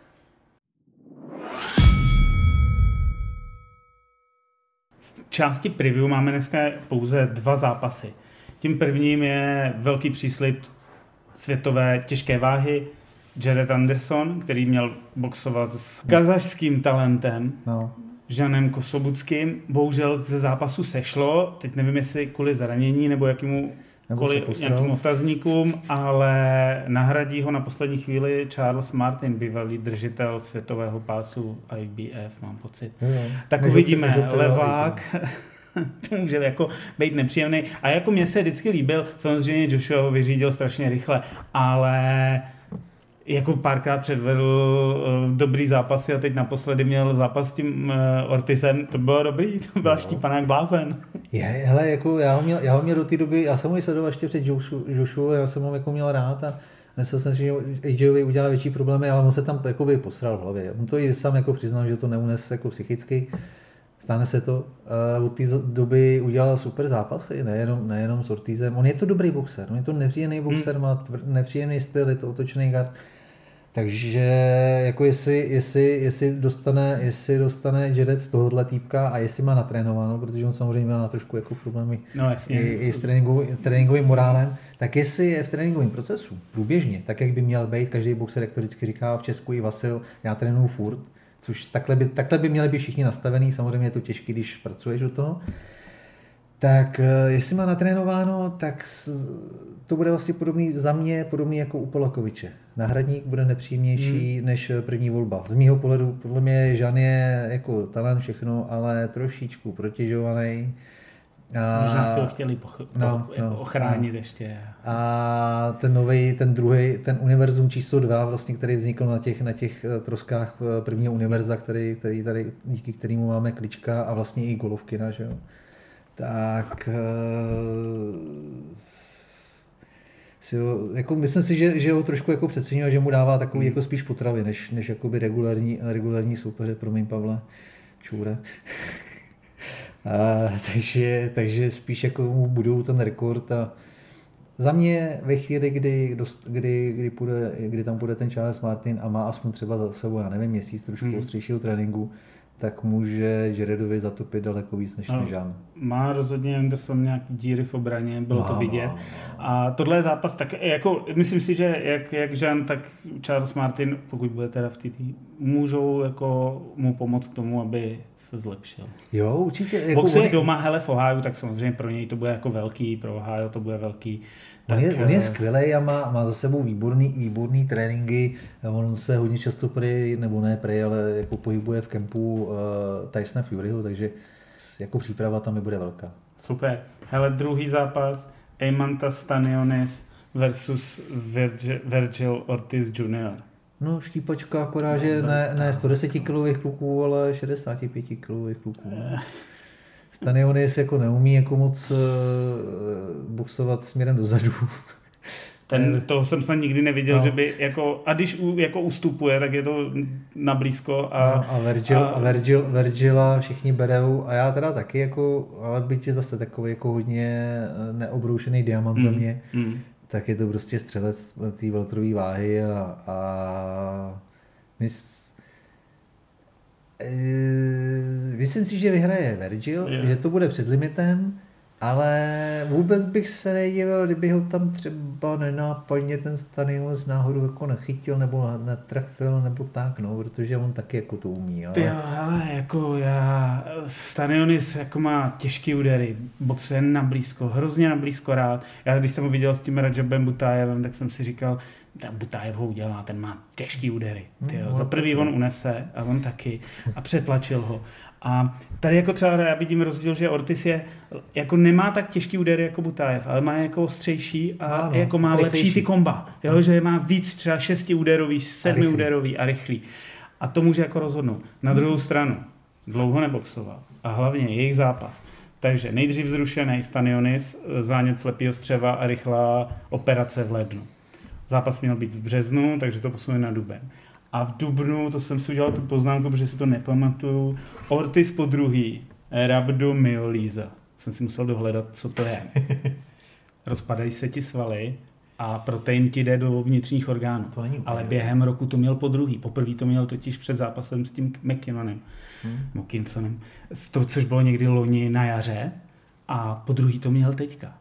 Speaker 1: V části preview máme dneska pouze 2 zápasy. Tím prvním je velký příslib světové těžké váhy Jared Anderson, který měl boxovat s kazašským talentem.
Speaker 2: No.
Speaker 1: Žanem Kosobuckým. Bohužel ze zápasu sešlo, teď nevím, jestli kvůli zranění nebo jakým otazníkům, ale nahradí ho na poslední chvíli Charles Martin, bývalý držitel světového pásu IBF, mám pocit. Tak uvidíme, levák, to může jako být nepříjemný. A jako mně se vždycky líbil, samozřejmě Joshua ho vyřídil strašně rychle, ale jako párkrát předvedl dobrý zápasy a teď naposledy měl zápas s tím Ortizem, to bylo dobrý, to byla štípaná jak blázen.
Speaker 2: Hele, jako já ho měl do té doby, já jsem ho i sledoval ještě před Joshua, já jsem ho jako měl rád a myslel jsem si, že AJovi udělal větší problémy, ale on se tam jakoby posral v hlavě. On to i sám jako přiznal, že to neunes jako psychicky. Stane se to. Od té doby udělal super zápasy, nejenom s Ortizem. On je to dobrý boxer, on je to nepříjemný boxer, má nepříjemný styl, je to otočený gard. Takže jako jestli dostane Jared tohohle týpka a jestli má natrénováno, protože on samozřejmě má trošku jako problémy i s tréninkovým morálem, tak jestli je v tréninkovém procesu průběžně, tak jak by měl být každý boxer, jak to vždycky říká v Česku i Vasil, já trénuju furt, což takhle by měli být všichni nastavený, samozřejmě je to těžké, když pracuješ do toho. Tak jestli má natrénováno, tak to bude vlastně podobný jako u Polakoviče. Náhradník bude nepříjemnější než první volba. Z mýho pohledu, podle mě Žan je jako talent všechno, ale trošičku protěžovaný.
Speaker 1: Možná si ho chtěli ochránit ještě.
Speaker 2: A ten druhý, ten univerzum číslo 2, vlastně, který vznikl na těch troskách prvního univerza, který tady, díky kterému máme Klička a vlastně i Golovkina, že jo. Tak jako myslím si, že ho trošku jako přeceňuje, že mu dává takový jako spíš potravy, než jakoby regulární soupeře, promiň Pavle, čůre. Takže spíš jako mu budou ten rekord a za mě ve chvíli, kdy tam bude ten Charles Martin a má aspoň třeba za sebou, já nevím, měsíc trošku ostřejšího tréninku, tak může Jaredovi zatopit daleko víc než Žan.
Speaker 1: Má rozhodně Anderson nějaký díry v obraně, bylo to vidět. A tohle je zápas, tak jako myslím si, že jak Žan, tak Charles Martin, pokud bude teda v TT, můžou jako mu pomoct k tomu, aby se zlepšil.
Speaker 2: Jo, určitě. Jako
Speaker 1: boxuje doma, v Ohio, tak samozřejmě pro něj to bude jako velký, pro Ohio to bude velký.
Speaker 2: On je skvělej a má za sebou výborný tréninky. On se hodně často ale jako pohybuje v kempu Tysona Furyho, takže jako příprava tam bude velká.
Speaker 1: Super. Hele, druhý zápas Eimantas Stanionis versus Vergil Ortiz Jr.
Speaker 2: No štípačka, akorát, že ne 110 kilových kluků, ale 65 kilových kluků. Stanionis jako neumí jako moc boxovat směrem dozadu.
Speaker 1: Toho jsem snad nikdy neviděl, že by jako, a když jako ustupuje, tak je to na blízko.
Speaker 2: A Virgila všichni berou a já teda taky jako, ale byť je zase takový jako hodně neobroušený diamant za mě, tak je to prostě střelec té welterové váhy a myslím si, že vyhraje Virgil, že to bude před limitem, ale vůbec bych se nedivil, kdyby ho tam třeba nenápadně ten Stanionis náhodou jako nechytil nebo netrefil nebo tak, no, protože on taky jako to umí. Ale...
Speaker 1: jako Stanionis jako má těžký údery, boxuje na blízko, hrozně na blízko rád. Já když jsem ho viděl s tím Rajabem Butajevem, tak jsem si říkal, Butajev ho udělá, ten má těžký údery. Za prvý on unese a on taky a přetlačil ho. A tady jako třeba já vidím rozdíl, že Ortiz je, jako nemá tak těžký údery jako Butajev, ale má jako ostřejší a jako má lepší ty komba. Jo, že má víc třeba 6 úderový, 7 úderový a rychlý. A to může jako rozhodnout. Na druhou stranu dlouho neboxoval a hlavně jejich zápas. Takže nejdřív zrušený Stanionis, zánět slepýho střeva a rychlá operace v lednu. Zápas měl být v březnu, takže to posune na duben. A v dubnu, to jsem si udělal tu poznámku, protože si to nepamatuju, Ortiz po druhý, rhabdomyolíza. Jsem si musel dohledat, co to je. Rozpadají se ti svaly a protein ti jde do vnitřních orgánů.
Speaker 2: To není
Speaker 1: ale během roku to měl po druhý. Poprvé to měl totiž před zápasem s tím Mckinsonem. Což bylo někdy loni na jaře a po druhý to měl teďka.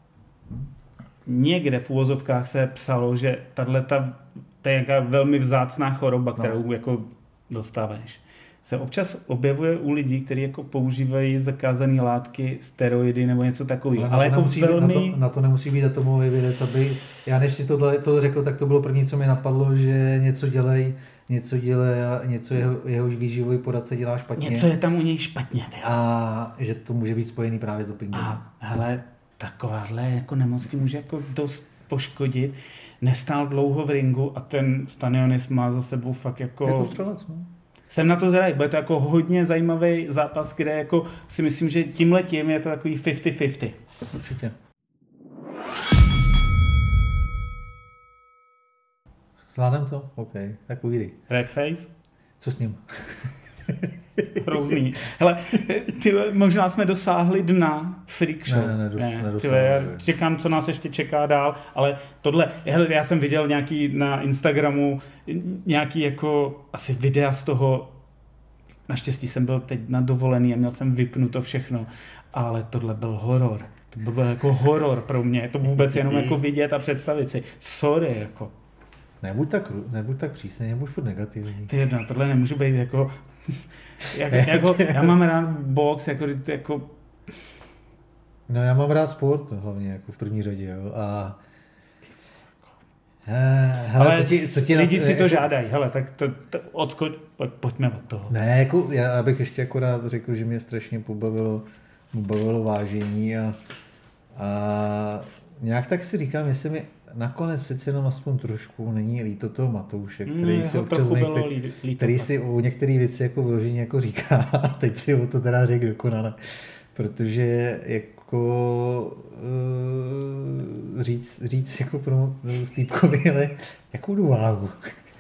Speaker 1: Někde v uvozovkách se psalo, že to je nějaká velmi vzácná choroba, kterou jako dostáváš. Se občas objevuje u lidí, kteří jako používají zakázané látky, steroidy nebo něco takového. Ale jako velmi...
Speaker 2: Na to nemusí být atomový vědec, aby... Já než si to řekl, tak to bylo první, co mi napadlo, že něco jeho výživový poradce dělá špatně.
Speaker 1: Něco je tam u něj špatně.
Speaker 2: A že to může být spojený právě s dopingem.
Speaker 1: A hele, takováhle jako nemoc ti může jako dost poškodit. Nestál dlouho v ringu a ten Stanionis má za sebou fakt jako...
Speaker 2: Jako střelec, no.
Speaker 1: Jsem na to zvědavý, bude to jako hodně zajímavý zápas, kde jako si myslím, že tímhletím je to takový 50-50.
Speaker 2: Určitě. Zvládnem to? OK, tak povídej.
Speaker 1: Redface?
Speaker 2: Co s ním?
Speaker 1: Hrozný. Hele, možná jsme dosáhli dna freak show. Já čekám, co nás ještě čeká dál, ale tohle, já jsem viděl nějaký na Instagramu nějaký jako asi videa z toho, naštěstí jsem byl teď na dovolený a měl jsem vypnuto všechno, ale tohle byl horor. To byl jako horor pro mě, to vůbec jenom jako vidět a představit si. Sorry, jako.
Speaker 2: Nebuď tak přísný, nebuď furt negativní.
Speaker 1: Ty tohle nemůžu být jako... já mám rád box, jako...
Speaker 2: No já mám rád sport, hlavně jako v první řadě, jo, a...
Speaker 1: Hele, co ti lidi si to žádají, hele, tak to pojďme od toho.
Speaker 2: Ne, jako já bych ještě jako rád řekl, že mě strašně pobavilo vážení a nějak tak si říkám, jestli mi nakonec přece jenom aspoň trošku není líto toho Matouše, který si občas který si o některé věci jako vyloženě jako říká, teď si o to teda řekl dokonale, protože jako říct jako pro Stýpkovi, ale jakou jdu váhu.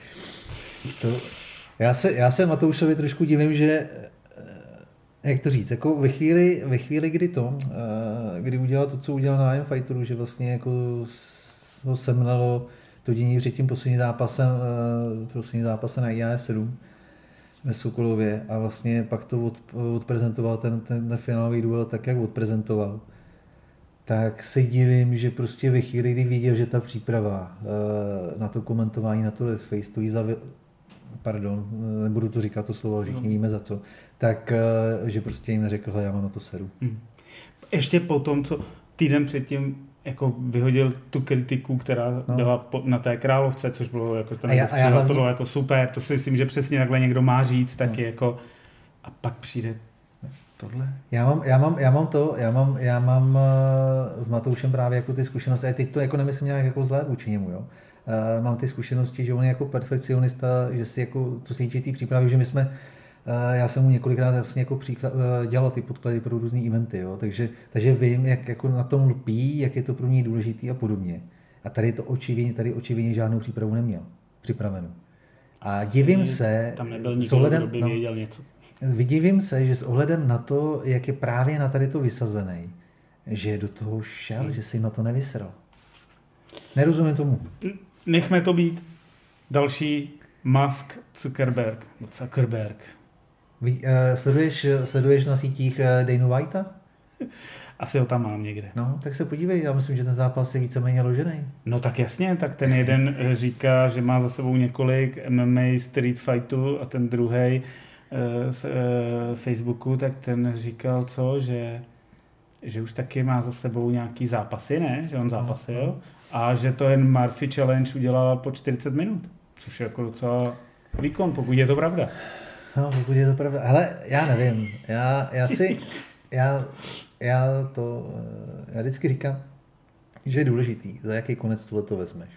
Speaker 2: Já se Matoušovi trošku divím, že jak to říct, jako ve chvíli, kdy udělal to, co udělal na Fighteru, že vlastně jako ho semlelo to dění před tím posledním zápasem na IAF 7 ve Sokolově a vlastně pak to odprezentoval ten finálový duel tak, jak odprezentoval. Tak se divím, že prostě ve chvíli, kdy viděl, že ta příprava na to komentování na to Let's Face stojí za... Pardon, nebudu to říkat to slovo, všichni víme za co, tak že prostě jim neřekl, já mám na to seru.
Speaker 1: Ještě po tom, co týden předtím jako vyhodil tu kritiku, která byla na té Královce, což bylo jako ten hlavně... to bylo jako super, to si myslím, že přesně takhle někdo má říct, taky jako a pak přijde tohle.
Speaker 2: Já mám s Matoušem právě jako ty zkušenosti, a teď to jako nemyslím nějak jako zlé vůči němu, jo. Mám ty zkušenosti, že on je jako perfekcionista, že si jako, co se týče té přípravy, že my jsme já jsem mu několikrát vlastně jako dělal ty podklady pro různý eventy, jo? Takže vím, jak jako na tom lpí, jak je to pro mě důležitý a podobně. A tady očividně žádnou přípravu neměl připravenou. A divím se,
Speaker 1: tam nebyl nikdo, kdo by věděl něco.
Speaker 2: Divím se, že s ohledem na to, jak je právě na tady to vysazený, že do toho šel, že si jim na to nevysral. Nerozumím tomu.
Speaker 1: Nechme to být. Další Musk, Zuckerberg.
Speaker 2: Sleduješ na sítích Danu Whitea?
Speaker 1: Asi ho tam mám někde.
Speaker 2: No, tak se podívej, já myslím, že ten zápas je víceméně ložený.
Speaker 1: No tak jasně, tak ten jeden říká, že má za sebou několik MMA street fightů a ten druhej z Facebooku, tak ten říkal co, že už taky má za sebou nějaký zápasy, ne? Že on zápasil a že to jen Murphy Challenge udělal po 40 minut, což je jako docela výkon, pokud je to pravda.
Speaker 2: No, pokud je to pravda. Hele, já nevím. Já vždycky říkám, že je důležitý, za jaký konec tohleto vezmeš.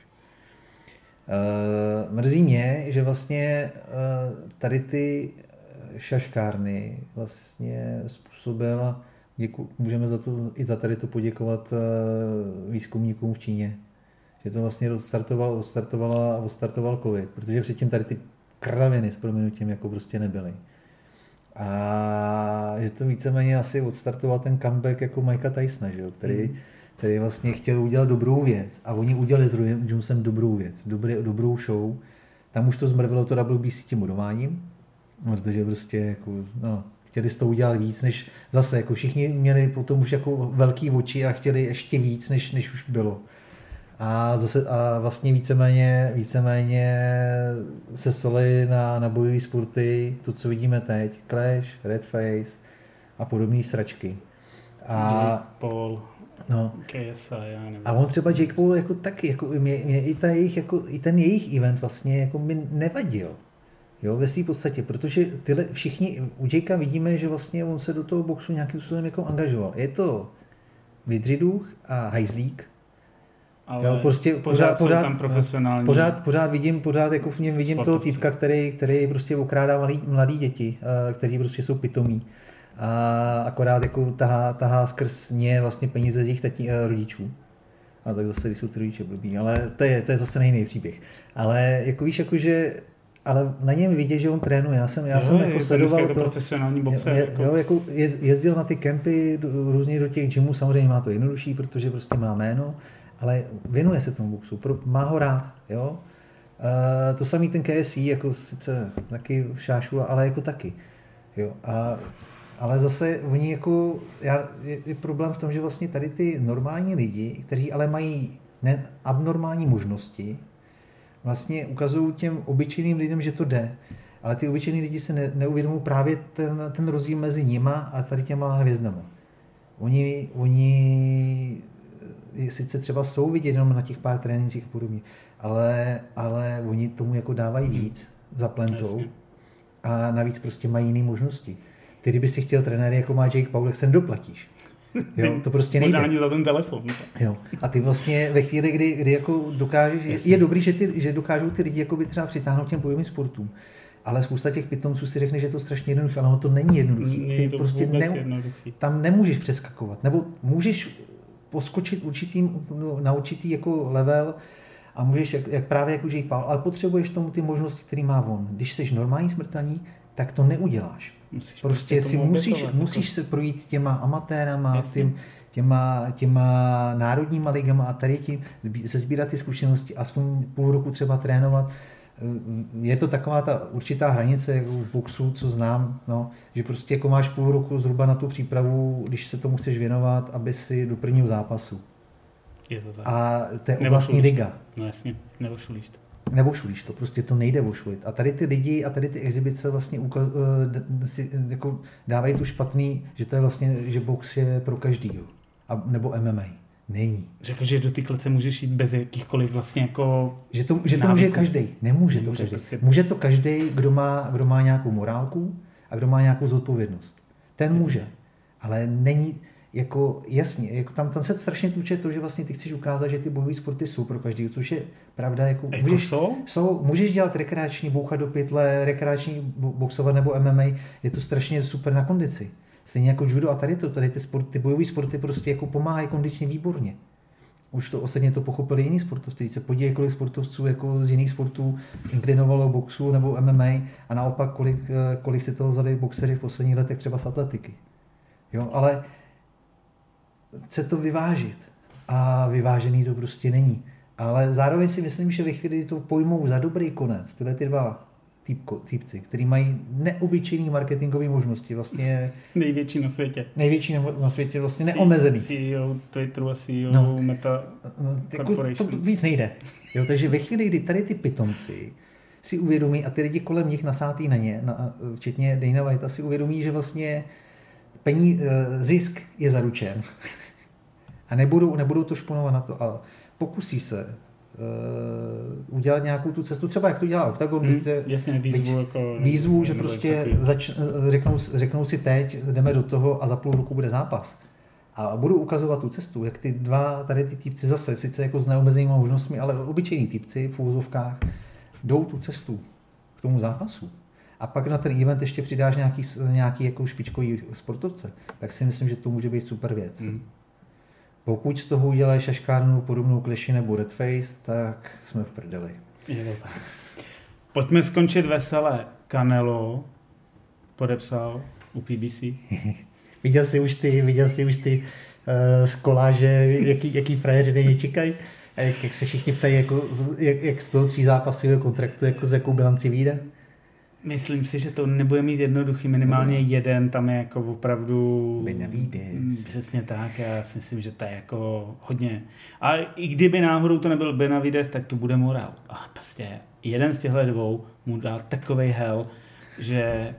Speaker 2: Mrzí mě, že vlastně tady ty šaškárny vlastně způsobila, můžeme i za tady to poděkovat výzkumníkům v Číně, že to vlastně odstartoval covid, protože předtím tady ty kraviny s prominutím jako prostě nebyly. A že to víceméně asi odstartoval ten comeback jako Mikea Tysona, že jo? Který vlastně chtěl udělat dobrou věc a oni udělali s Royem Jonesem dobrou věc, dobrou show. Tam už to zmrvilo to WBC tím budováním, protože prostě jako, no, chtěli z toho udělat víc, než zase, jako všichni měli potom už jako velký oči a chtěli ještě víc, než už bylo. A vlastně víceméně se stali na bojové sporty, to, co vidíme teď, Clash, Red Face a podobné sračky.
Speaker 1: Jake Paul, no. KSI, já nevím.
Speaker 2: A on třeba Jake Paul jako taky, jako mě i ten jejich event vlastně jako mi nevadil. Jo, ve své podstatě, protože všichni u Jakea vidíme, že vlastně on se do toho boxu nějakým způsobem jako angažoval. Je to vydřiduch a hajzlík,
Speaker 1: ale
Speaker 2: jo, prostě
Speaker 1: pořád tam profesionální.
Speaker 2: Pořád jako v něm vidím toho týpka, který prostě okrádá mladý děti, kteří prostě jsou pitomí. A akorát jako tahá skrz ně vlastně peníze těch rodičů. A tak zase, když jsou ty rodiče blbý, ale to je zase jiný příběh. Ale jako víš, jakože ale na něm vidět, že on trénuje. Já jsem jako sledoval to
Speaker 1: profesionální boxer.
Speaker 2: Jako jezdil na ty kempy různě do těch gymů, samozřejmě má to jednodušší, protože prostě má jméno, ale věnuje se tomu boxu, má ho rád, jo. To samý ten KSI, jako sice taky šášula, ale jako taky, jo. Ale zase oni jako, je problém v tom, že vlastně tady ty normální lidi, kteří ale mají abnormální možnosti, vlastně ukazují těm obyčejným lidem, že to jde, ale ty obyčejní lidi se neuvědomují právě ten rozdíl mezi nima a tady těma hvězdama. Oni sice třeba jsou vidět jenom na těch pár trénincích a podobně, ale oni tomu jako dávají víc za plentou a navíc prostě mají jiné možnosti. Ty, kdyby si chtěl trenéry, jako má Jake Paul, tak se nedoplatíš. Jo, to prostě nejde.
Speaker 1: Možná ani za ten telefon.
Speaker 2: Jo. A ty vlastně ve chvíli, kdy jako dokážeš, je dobrý, že dokážou ty lidi jako by třeba přitáhnout těm bojovým sportům. Ale spousta těch pitomců si řekne, že je to strašně jednoduché, ale ono to není jednoduché. Ty
Speaker 1: to
Speaker 2: prostě tam nemůžeš přeskakovat. Nebo můžeš poskočit na určitý jako level a můžeš, jak právě jako Jake Paul, ale potřebuješ tomu ty možnosti, které má on. Když jsi normální smrtelník, tak to neuděláš. Prostě si musíš se projít těma amatérama, těma národníma ligama a tady se sbírat ty zkušenosti, aspoň půl roku třeba trénovat. Je to taková ta určitá hranice jako v boxu, co znám, no, že prostě jako máš půl roku zhruba na tu přípravu, když se tomu chceš věnovat, aby si do prvního zápasu.
Speaker 1: Je to tak.
Speaker 2: A to je oblastní liga.
Speaker 1: No jasně,
Speaker 2: Nevošulíš to, prostě to nejde vošulit. A tady ty lidi a tady ty exibice vlastně jako dávají tu špatný, že to je vlastně, že box je pro každýho. Nebo MMA. Není.
Speaker 1: Řekl, že do ty klece můžeš jít bez jakýchkoliv vlastně jako
Speaker 2: že to může každý. Nemůže to každý. Prostě... Může to každý, kdo má nějakou morálku a kdo má nějakou zodpovědnost. Ten může. Ale není, jako jasně, jako tam se strašně tuče to, že vlastně ty chceš ukázat, že ty bojové sporty jsou pro každý, což je pravda, jako můžeš dělat rekreační, bouchat do pytle, rekreační boxovat nebo MMA, je to strašně super na kondici. Stejně jako judo a tady ty bojové sporty prostě jako pomáhají kondičně výborně. Už to ostatně to pochopili jiní sportovci. Se podívej, kolik sportovců jako z jiných sportů inklinovalo boxu nebo MMA a naopak kolik si toho vzali boxeři v posledních letech třeba z atletiky. Jo, ale chce to vyvážit a vyvážený to prostě není. Ale zároveň si myslím, že ve chvíli to pojmou za dobrý konec, tyhle ty dva týpci, který mají neobyčejný marketingové možnosti, vlastně
Speaker 1: největší na světě.
Speaker 2: Největší na světě, vlastně neomezený.
Speaker 1: CEO Twitteru a CEO Meta Corporation.
Speaker 2: To víc nejde. Jo, takže ve chvíli, kdy tady ty pitomci si uvědomí a ty lidi kolem nich nasátý na ně, včetně Dana Whitea, si uvědomí, že vlastně zisk je zaručen. A nebudou to šponovat na to, ale pokusí se udělat nějakou tu cestu, třeba jak to dělá Octagon,
Speaker 1: jasně,
Speaker 2: výzvu, že prostě řeknou si teď, jdeme do toho a za půl roku bude zápas. A budu ukazovat tu cestu, jak ty dva tady ty týpci zase, sice jako s neomezenými možnostmi, ale obyčejní týpci v úvozovkách jdou tu cestu k tomu zápasu. A pak na ten event ještě přidáš nějaký jako špičkový sportovce, tak si myslím, že to může být super věc. Pokud z toho udělají šaškárnu podobnou Kleši nebo Redface, tak jsme v prdeli.
Speaker 1: Je to tak. Pojďme skončit veselé. Canelo podepsal u PBC.
Speaker 2: Viděl jsi už ty z koláže, jaký frajeři na něj čekají? A jak se všichni ptají, jak z toho 3 zápasového kontraktu, jako z jakou bilanci vyjde?
Speaker 1: Myslím si, že to nebude mít jednoduchý, minimálně jeden, tam je jako opravdu...
Speaker 2: Benavides.
Speaker 1: Přesně tak, já si myslím, že to je jako hodně. A i kdyby náhodou to nebyl Benavides, tak to bude Morál. A prostě jeden z těchto dvou mu dá takovej hell, že...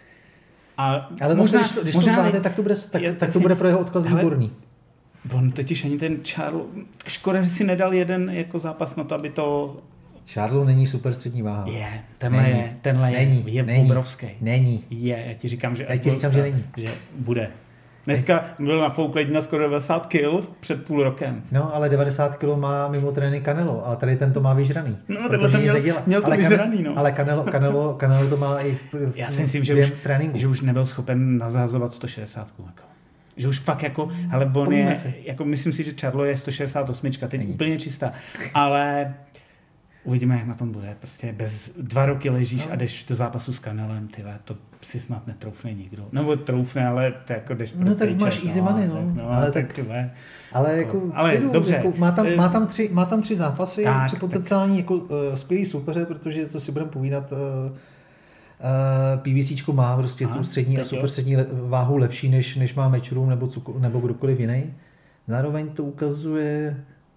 Speaker 2: Ale možná, zase, když to zvládne, tak to bude pro jeho odkaz výborný.
Speaker 1: On totiž ani ten Charles... Škoda, že si nedal jeden jako zápas na to, aby to...
Speaker 2: Charles není super střední váha.
Speaker 1: Tenhle je obrovský.
Speaker 2: Není.
Speaker 1: Já ti říkám, že
Speaker 2: není.
Speaker 1: Že bude. Dneska byl na Falklandě na skoro 90 kg před půl rokem.
Speaker 2: No, ale 90 kg má mimo trénink Canelo, ale tady ten to má vyžraný.
Speaker 1: No, tenhle to měl to vyžraný, no.
Speaker 2: Ale Canelo to má i v
Speaker 1: já si myslím, že už nebyl schopen nazahazovat 160 jako. Že už fakt jako, ale on je, jako myslím si, že Charlo je 168, teď úplně čistá, ale uvidíme, jak na tom bude. Prostě bez 2 roky ležíš a jdeš do zápasu s Canelem, tyhle, to si snad netroufne nikdo. Nebo troufne, ale to jako jdeš pro
Speaker 2: tak máš easy money,
Speaker 1: ale tak tyhle.
Speaker 2: Ale dobře. Jako, má tam 3 zápasy, 3 potenciální jako skvělý soupeře, protože co si budeme povídat, PBCčko má prostě tu střední a superstřední váhu lepší, než má Matchroom nebo kdokoliv jiný. Zároveň to ukazuje,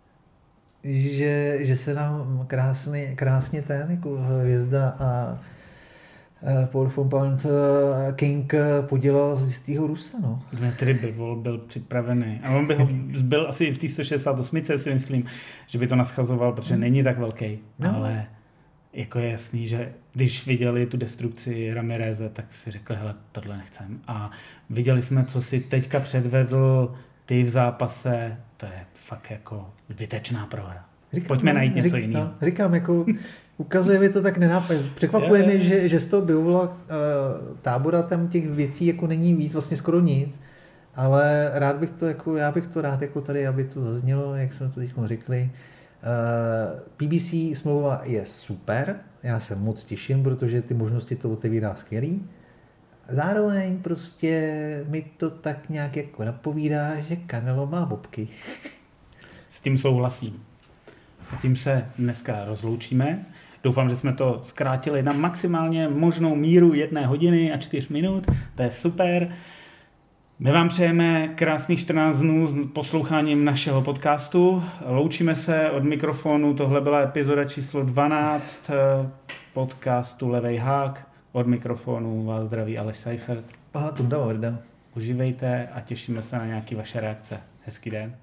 Speaker 2: že se nám krásně ten jako hvězda a Power Compound King podělal z jistého Rusa. No.
Speaker 1: Dmitry Bivol byl připravený. A on by ho byl asi v té 168, si myslím, že by to naschazoval, protože není tak velký. No. Ale jako je jasný, že když viděli tu destrukci Ramireze, tak si řekli, hele, tohle nechcem. A viděli jsme, co si teďka předvedl ty v zápase, to je fakt jako zbytečná prohra. Pojďme najít něco jiného.
Speaker 2: Říkám, jako ukazuje mi to tak nenápadně. Překvapuje mě, že z toho Bivola tábora tam těch věcí jako není víc, vlastně skoro nic, ale já bych to rád jako tady, aby to zaznělo, jak jsme to teď řekli. PBC smlouva je super, já se moc těším, protože ty možnosti to otevírá skvělý. Zároveň prostě mi to tak nějak jako napovídá, že Canelo má bobky.
Speaker 1: S tím souhlasím. A tím se dneska rozloučíme. Doufám, že jsme to zkrátili na maximálně možnou míru 1 hodiny a 4 minut. To je super. My vám přejeme krásných 14 dnů s posloucháním našeho podcastu. Loučíme se od mikrofonu. Tohle byla epizoda číslo 12 podcastu Levej hák. Od mikrofonu vás zdraví Aleš Seifert.
Speaker 2: Aha, Tunda Varda.
Speaker 1: Užívejte a těšíme se na nějaké vaše reakce. Hezký den.